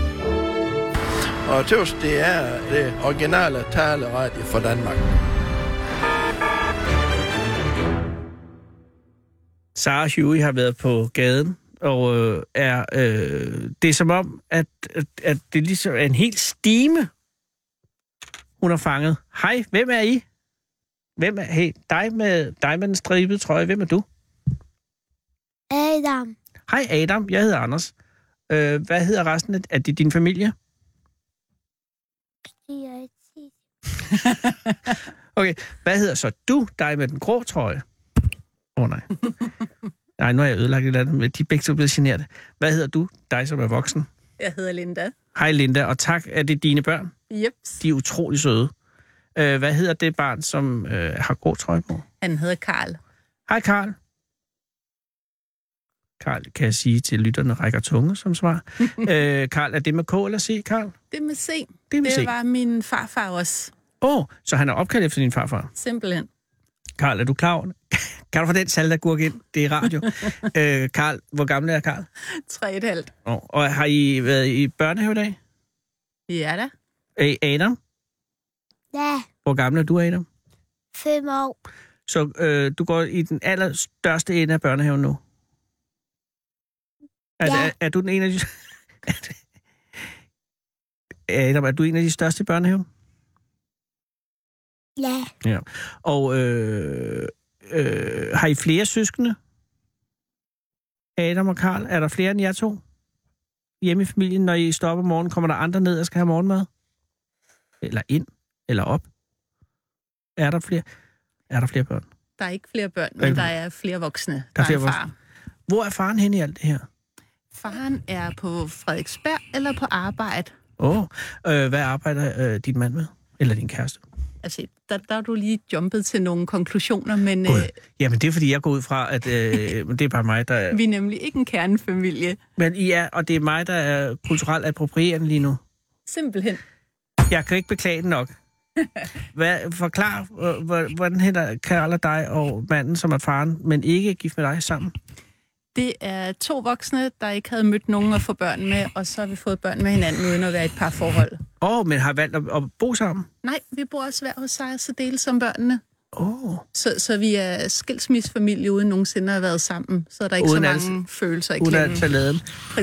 Og tøvs, det er det originale taleradio for Danmark. Sarah Huey har været på gaden, og det er som om, at det ligesom er en helt stime, hun har fanget. Hej, hvem er I? Hey, dig med den stribede trøje, hvem er du? Adam. Hej Adam, jeg hedder Anders. Hvad hedder resten af din familie? Okay, hvad hedder så du, dig med den grå trøje? Nej. Nej, nu har jeg ødelagt et eller andet, men de er begge så blevet generet. Hvad hedder du, dig som er voksen? Jeg hedder Linda. Hej Linda, og tak. Er det dine børn? Yep. De er utrolig søde. Hvad hedder det barn, som har grå trøje på? Han hedder Karl. Hej Karl. Karl, kan jeg sige til lytterne, rækker tunge som svar. Karl, er det med K eller C, Karl? Det er med C. Det var min farfar også. Så han er opkaldt efter din farfar? Simpelthen. Karl, er du klar over? Kan du få den saltagurk ind? Det er radio. Karl, hvor gammel er Karl? 3,5. Og har I været i børnehave i dag? Ja da. Adam? Ja. Hvor gammel er du, Adam? 5 år. Så du går i den allerstørste ende af børnehaven nu? Altså, er du den ene af de... Adam, er du en af de største i børnehaven? Ja. Og har I flere søskende? Adam og Karl, er der flere end jer to? Hjemme i familien, når I står op om morgenen, kommer der andre ned og skal have morgenmad? Eller ind? Eller op? Er der flere børn? Der er ikke flere børn, men der er flere voksne. Der er en far. Hvor er faren hen i alt det her? Faren er på Frederiksberg eller på arbejde. Hvad arbejder din mand med? Eller din kæreste? Altså, der er du lige jumpet til nogle konklusioner, men... Jamen, det er, fordi jeg går ud fra, at det er bare mig, der... Vi er nemlig ikke en kernefamilie. Men I er, og det er mig, der er kulturelt approprierende lige nu. Simpelthen. Jeg kan ikke beklage det nok. Forklar, hvordan hænder Karl og dig og manden, som er faren, men ikke gift med dig sammen? Det er 2 voksne, der ikke havde mødt nogen at få børn med, og så har vi fået børn med hinanden uden at være et par forhold. Men har valgt at bo sammen? Nej, vi bor også hver hos sig, så deles om børnene. Så vi er skilsmissefamilie uden nogensinde at have været sammen, så er der ikke uden så mange følelser i klemmen. Uden balladen.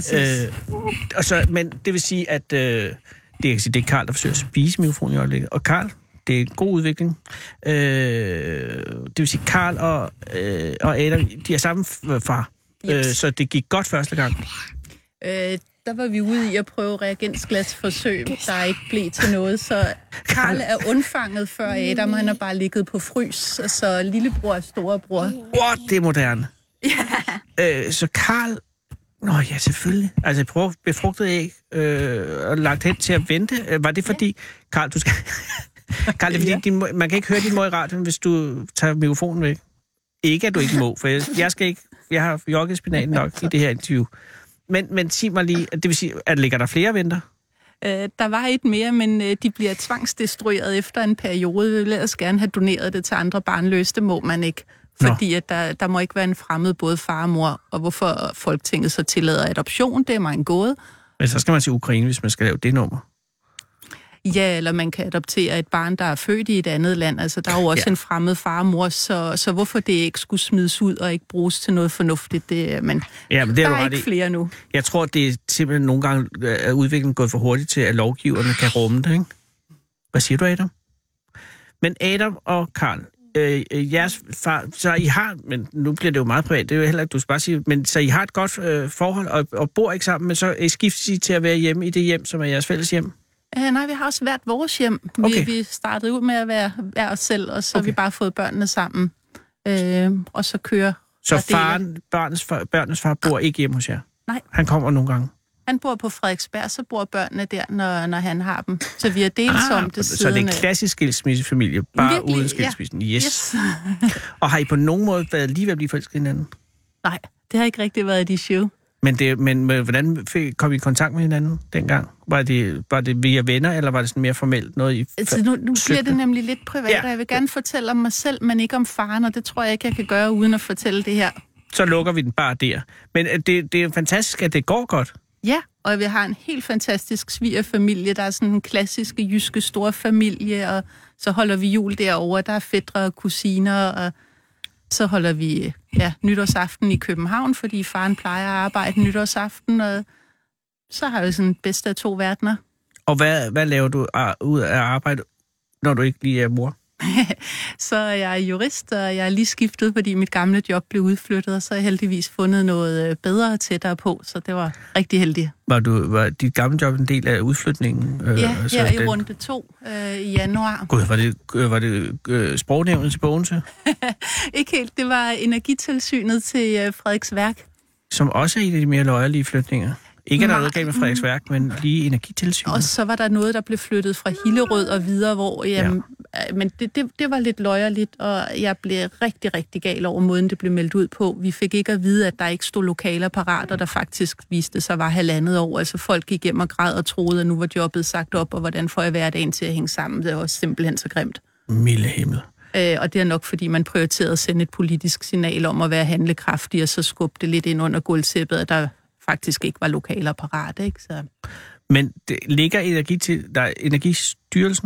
Præcis. Men det vil sige, at det er Karl, der forsøger at spise mikrofonen i øjeblikket. Og Karl, det er en god udvikling. Det vil sige, Karl og Adam, de er samme far. Yes. Så det gik godt første gang. Der var vi ude i at prøve reagensglasforsøg, der ikke blev til noget. Så Karl er undfanget før Adam, han har bare ligget på frys. Så lillebror er storebror. Det er moderne. Så Karl... ja, selvfølgelig. Altså, befrugtet æg og lagt hen til at vente. Var det fordi... Karl, du skal... Karl, det er fordi, man kan ikke høre din mor i radioen, hvis du tager mikrofonen væk. Ikke, at du ikke må, for jeg skal ikke... Jeg har jogget spinaten nok i det her interview. Men sig mig lige, det vil sige, at ligger der flere venter? Der var et mere, men de bliver tvangsdestrueret efter en periode. Vi vil ellers gerne have doneret det til andre barnløse. Det må man ikke, fordi at der må ikke være en fremmed både far og mor. Og hvorfor Folketinget så tillader adoption, det er mig en gåde. Men så skal man til Ukraine, hvis man skal lave det nummer. Ja, eller man kan adoptere et barn, der er født i et andet land. Altså, der er jo også en fremmed far og mor, så hvorfor det ikke skulle smides ud og ikke bruges til noget fornuftigt, men der er ikke flere nu. Jeg tror, det er simpelthen nogle gange, at udviklingen gået for hurtigt til, at lovgiverne kan rumme det, ikke? Hvad siger du, Adam? Men Adam og Karl, jeres far, så I har, men nu bliver det jo meget privat, det er jo heller ikke, du skal bare sige, men så I har et godt forhold og bor ikke sammen, men så skiftes I til at være hjemme i det hjem, som er jeres fælles hjem? Nej, vi har også været vores hjem. Okay. Vi startede ud med at være os selv, og så har vi bare fået børnene sammen. Og så kører... Så børnenes far bor ikke hjemme hos jer? Nej. Han kommer nogle gange? Han bor på Frederiksberg, så bor børnene der, når han har dem. Så vi har delt om det siden... Så det er en klassisk skilsmissefamilie, bare virkelig, uden skilsmissen? Ja. Yes. Og har I på nogen måde været lige ved at blive forelsket hinanden? Nej, det har ikke rigtig været et issue. Men hvordan kom I i kontakt med hinanden dengang? Var det via venner, eller var det sådan mere formelt noget, I altså, nu bliver det nemlig lidt privat, og jeg vil gerne fortælle om mig selv, men ikke om faren, og det tror jeg ikke, jeg kan gøre, uden at fortælle det her. Så lukker vi den bare der. Men det er fantastisk, at det går godt. Ja, og vi har en helt fantastisk svigerfamilie. Der er sådan en klassiske jyske storfamilie, og så holder vi jul derovre. Der er fætre og kusiner, og så holder vi nytårsaften i København, fordi faren plejer at arbejde nytårsaften, og så har vi sådan bedste af 2 verdener. Og hvad laver du ud af arbejde, når du ikke lige er mor? Så jeg er jurist, og jeg er lige skiftet, fordi mit gamle job blev udflyttet, og så har jeg heldigvis fundet noget bedre og tættere på, så det var rigtig heldigt. Var dit gamle job en del af udflytningen? Ja, i runde 2 i januar. Gud, var det sprognævnet til Bogense? Ikke helt, det var Energitilsynet til Frederiksværk. Som også er en af de mere løjerlige flytninger. Ikke at der er noget galt med Frederiksværk, men lige Energitilsynet. Og så var der noget, der blev flyttet fra Hillerød og videre, hvor men det var lidt løjerligt, og jeg blev rigtig, rigtig gal over måden, det blev meldt ud på. Vi fik ikke at vide, at der ikke stod lokaler parat, og der faktisk viste sig var 1,5 år. Altså folk gik hjem og græd og troede, at nu var jobbet sagt op, og hvordan får jeg hverdagen til at hænge sammen? Det var simpelthen så grimt. Milde himmel. Og det er nok, fordi man prioriterede at sende et politisk signal om at være handlekraftig, og så skubbe det lidt ind under gulvtæppet, at der faktisk ikke var lokaler parat, ikke? Så. Men det ligger Energistyrelsen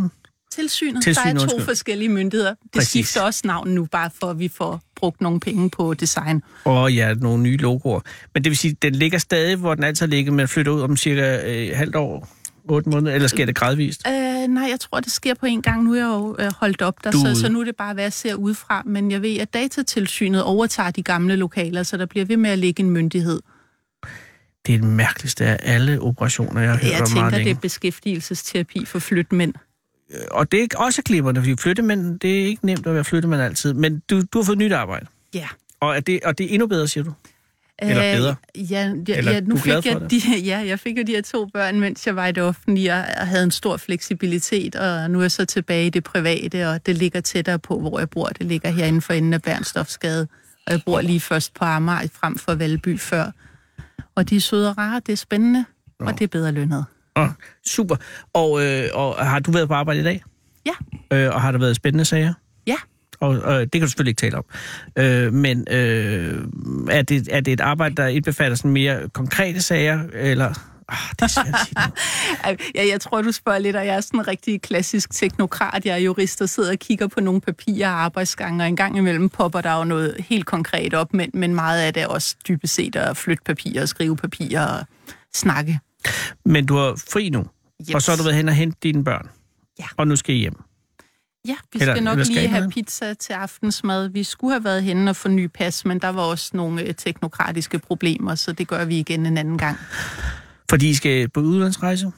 Tilsynet. Der er 2 forskellige myndigheder. Det skifter også navn nu, bare for at vi får brugt nogle penge på design. Ja, nogle nye logoer. Men det vil sige, at den ligger stadig, hvor den altid ligger, men flytter ud om cirka halvt år, 8 måneder, eller sker det gradvist? Nej, jeg tror, det sker på en gang. Nu er jeg jo holdt op der, så nu er det bare, hvad jeg ser udefra. Men jeg ved, at Datatilsynet overtager de gamle lokaler, så der bliver ved med at ligge en myndighed. Det er det mærkeligste af alle operationer, jeg har hørt om meget længe. Jeg tænker, det er beskæftigelsesterapi for flyttemænd. Og det er også glimrende, fordi flyttemænd, det er ikke nemt at være flyttemand altid. Men du har fået nyt arbejde. Ja. Og det er endnu bedre, siger du? Eller bedre? Ja, nu fik jeg fik jo de her 2 børn, mens jeg var i det offentlige, og havde en stor fleksibilitet, og nu er jeg så tilbage i det private, og det ligger tættere på, hvor jeg bor. Det ligger herinde for enden af Bernstorffsgade, og jeg bor lige først på Amager, frem for Valby før. Og de er søde og rare, det er spændende, og det er bedre lønnet. Super. Og har du været på arbejde i dag? Ja. Og har der været spændende sager? Ja. Og det kan du selvfølgelig ikke tale om. Men er det et arbejde, der indbefatter sådan mere konkrete sager, eller... det er svært at sige. Jeg tror, du spørger lidt, og jeg er sådan en rigtig klassisk teknokrat. Jeg er jurist, der sidder og kigger på nogle papirer og arbejdsgange, og en gang imellem popper der jo noget helt konkret op, men meget af det er også dybest set at flytte papirer, skrive papirer og snakke. Men du er fri nu, og så har du været hen og hente dine børn, og nu skal I hjem. Ja, vi skal nok lige have pizza til aftensmad. Vi skulle have været henne og få ny pas, men der var også nogle teknokratiske problemer, så det gør vi igen en anden gang. Fordi I skal på udlandsrejse?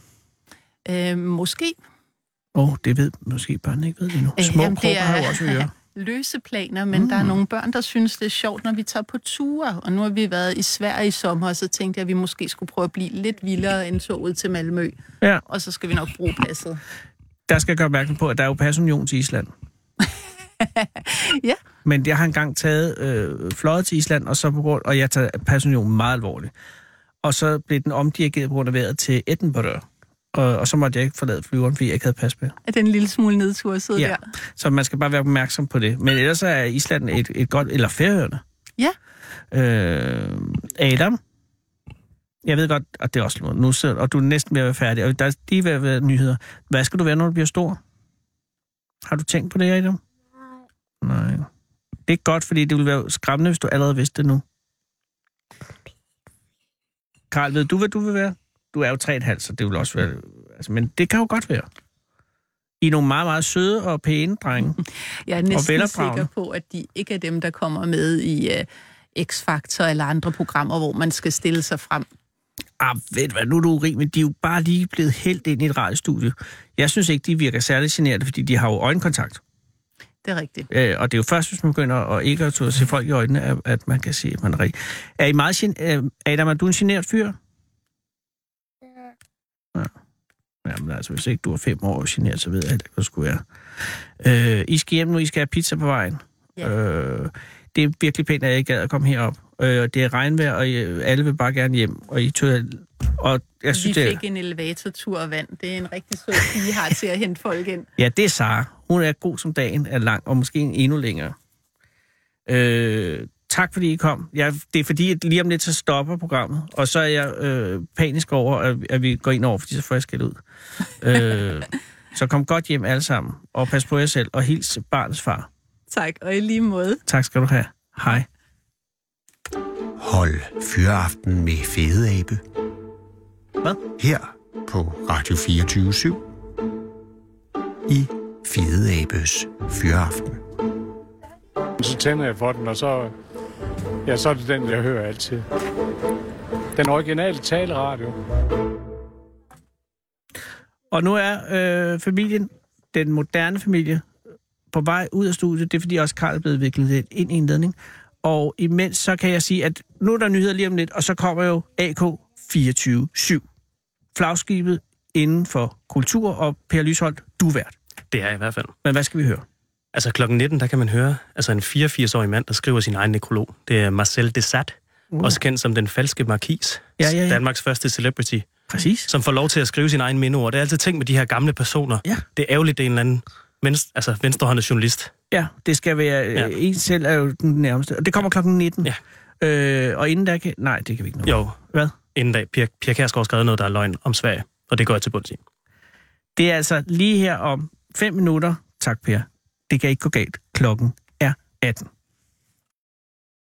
Måske. Det ved måske børnene ikke ved det nu. Små kropper har jo også at gøre. Løse planer, men der er nogle børn, der synes, det er sjovt, når vi tager på ture. Og nu har vi været i Sverige i sommer, og så tænkte jeg, at vi måske skulle prøve at blive lidt vildere end toget til Malmø. Ja. Og så skal vi nok bruge passet. Der skal jeg gøre opmærksom på, at der er jo pasunion til Island. Ja. Men jeg har engang taget fløjet til Island, og jeg tager pasunion meget alvorligt. Og så blev den omdirigeret på grund af vejret til Edinburgh. Og så måtte jeg ikke forlade flyveren, fordi jeg ikke havde pas med. Er det en lille smule nedtur at sidde der? Så man skal bare være opmærksom på det. Men ellers er Island et godt... Eller Færøerne. Ja. Adam? Jeg ved godt, at det er også nu sidder, og du er næsten ved at være færdig. Og der er lige ved at være nyheder. Hvad skal du være, når du bliver stor? Har du tænkt på det, Adam? Nej. Det er godt, fordi det ville være skræmmende, hvis du allerede vidste det nu. Karl, ved du, hvad du vil være? Du er jo 3,5, så det vil også være... Altså, men det kan jo godt være. I er nogle meget, meget søde og pæne drenge. Jeg er næsten sikker på, at de ikke er dem, der kommer med i X-Factor eller andre programmer, hvor man skal stille sig frem. Ved du hvad, nu er du urimelig. De er jo bare lige blevet hældt ind i et radiostudie. Jeg synes ikke, de virker særlig generede, fordi de har jo øjenkontakt. Det er rigtigt. Og det er jo først, hvis man begynder at ikke at se folk i øjnene, at man kan se, at man er rigtig. Er I meget Adam, er du en genert fyr? Ja. Jamen altså, hvis ikke du er 5 år genert, så ved jeg ikke, hvad det skulle være. I skal hjem nu, I skal have pizza på vejen. Ja. Det er virkelig pænt, at jeg ikke gad at komme herop. Det er regnvejr, og alle vil bare gerne hjem. Og I tør... Og jeg synes, vi fik en elevatortur af vand. Det er en rigtig sød pige, har til at hente folk ind. Ja, det er Sara. Hun er god som dagen, er lang, og måske endnu længere. Tak fordi I kom. Det er fordi, at lige om lidt så stopper programmet, og så er jeg panisk over, at vi går ind over, fordi så får jeg skæld ud. Så kom godt hjem alle sammen, og pas på jer selv, og hils barnets far. Tak, og i lige måde. Tak skal du have. Hej. Hold Fyraften med Fede Abe. Hvad? Her på Radio 24/7 i Fede Abes Fyraften. Så tænder jeg for den, og så er det den, jeg hører altid. Den originale taleradio. Og nu er familien, den moderne familie, på vej ud af studiet. Det er fordi også Karl er blevet viklet lidt ind i en ledning. Og imens så kan jeg sige, at nu er der nyheder lige om lidt, og så kommer jo AK 24/7. Flagskibet inden for kultur, og Per Lysholdt, du er vært. Det er i hvert fald. Men hvad skal vi høre? Altså klokken 19, der kan man høre en 84-årig mand, der skriver sin egen nekrolog. Det er Marcel Desat, også kendt som den falske markis. Ja. Danmarks første celebrity. Præcis. Som får lov til at skrive sin egen mindeord. Det er altid tænkt med de her gamle personer. Ja. Det er ærgerligt, det er en eller anden venstrehåndet journalist. Ja, det skal være... En selv er jo den nærmeste. Og det kommer klokken 19. Ja. Og inden der kan... Nej, det kan vi ikke nå. Jo. Hvad? Inden da. Pia Kjærsgaard skrev noget, der er løgn om Sverige. Og det går jeg til bunds i. Det er altså lige her om 5 minutter. Tak, Per. Det kan ikke gå galt. Klokken er 18.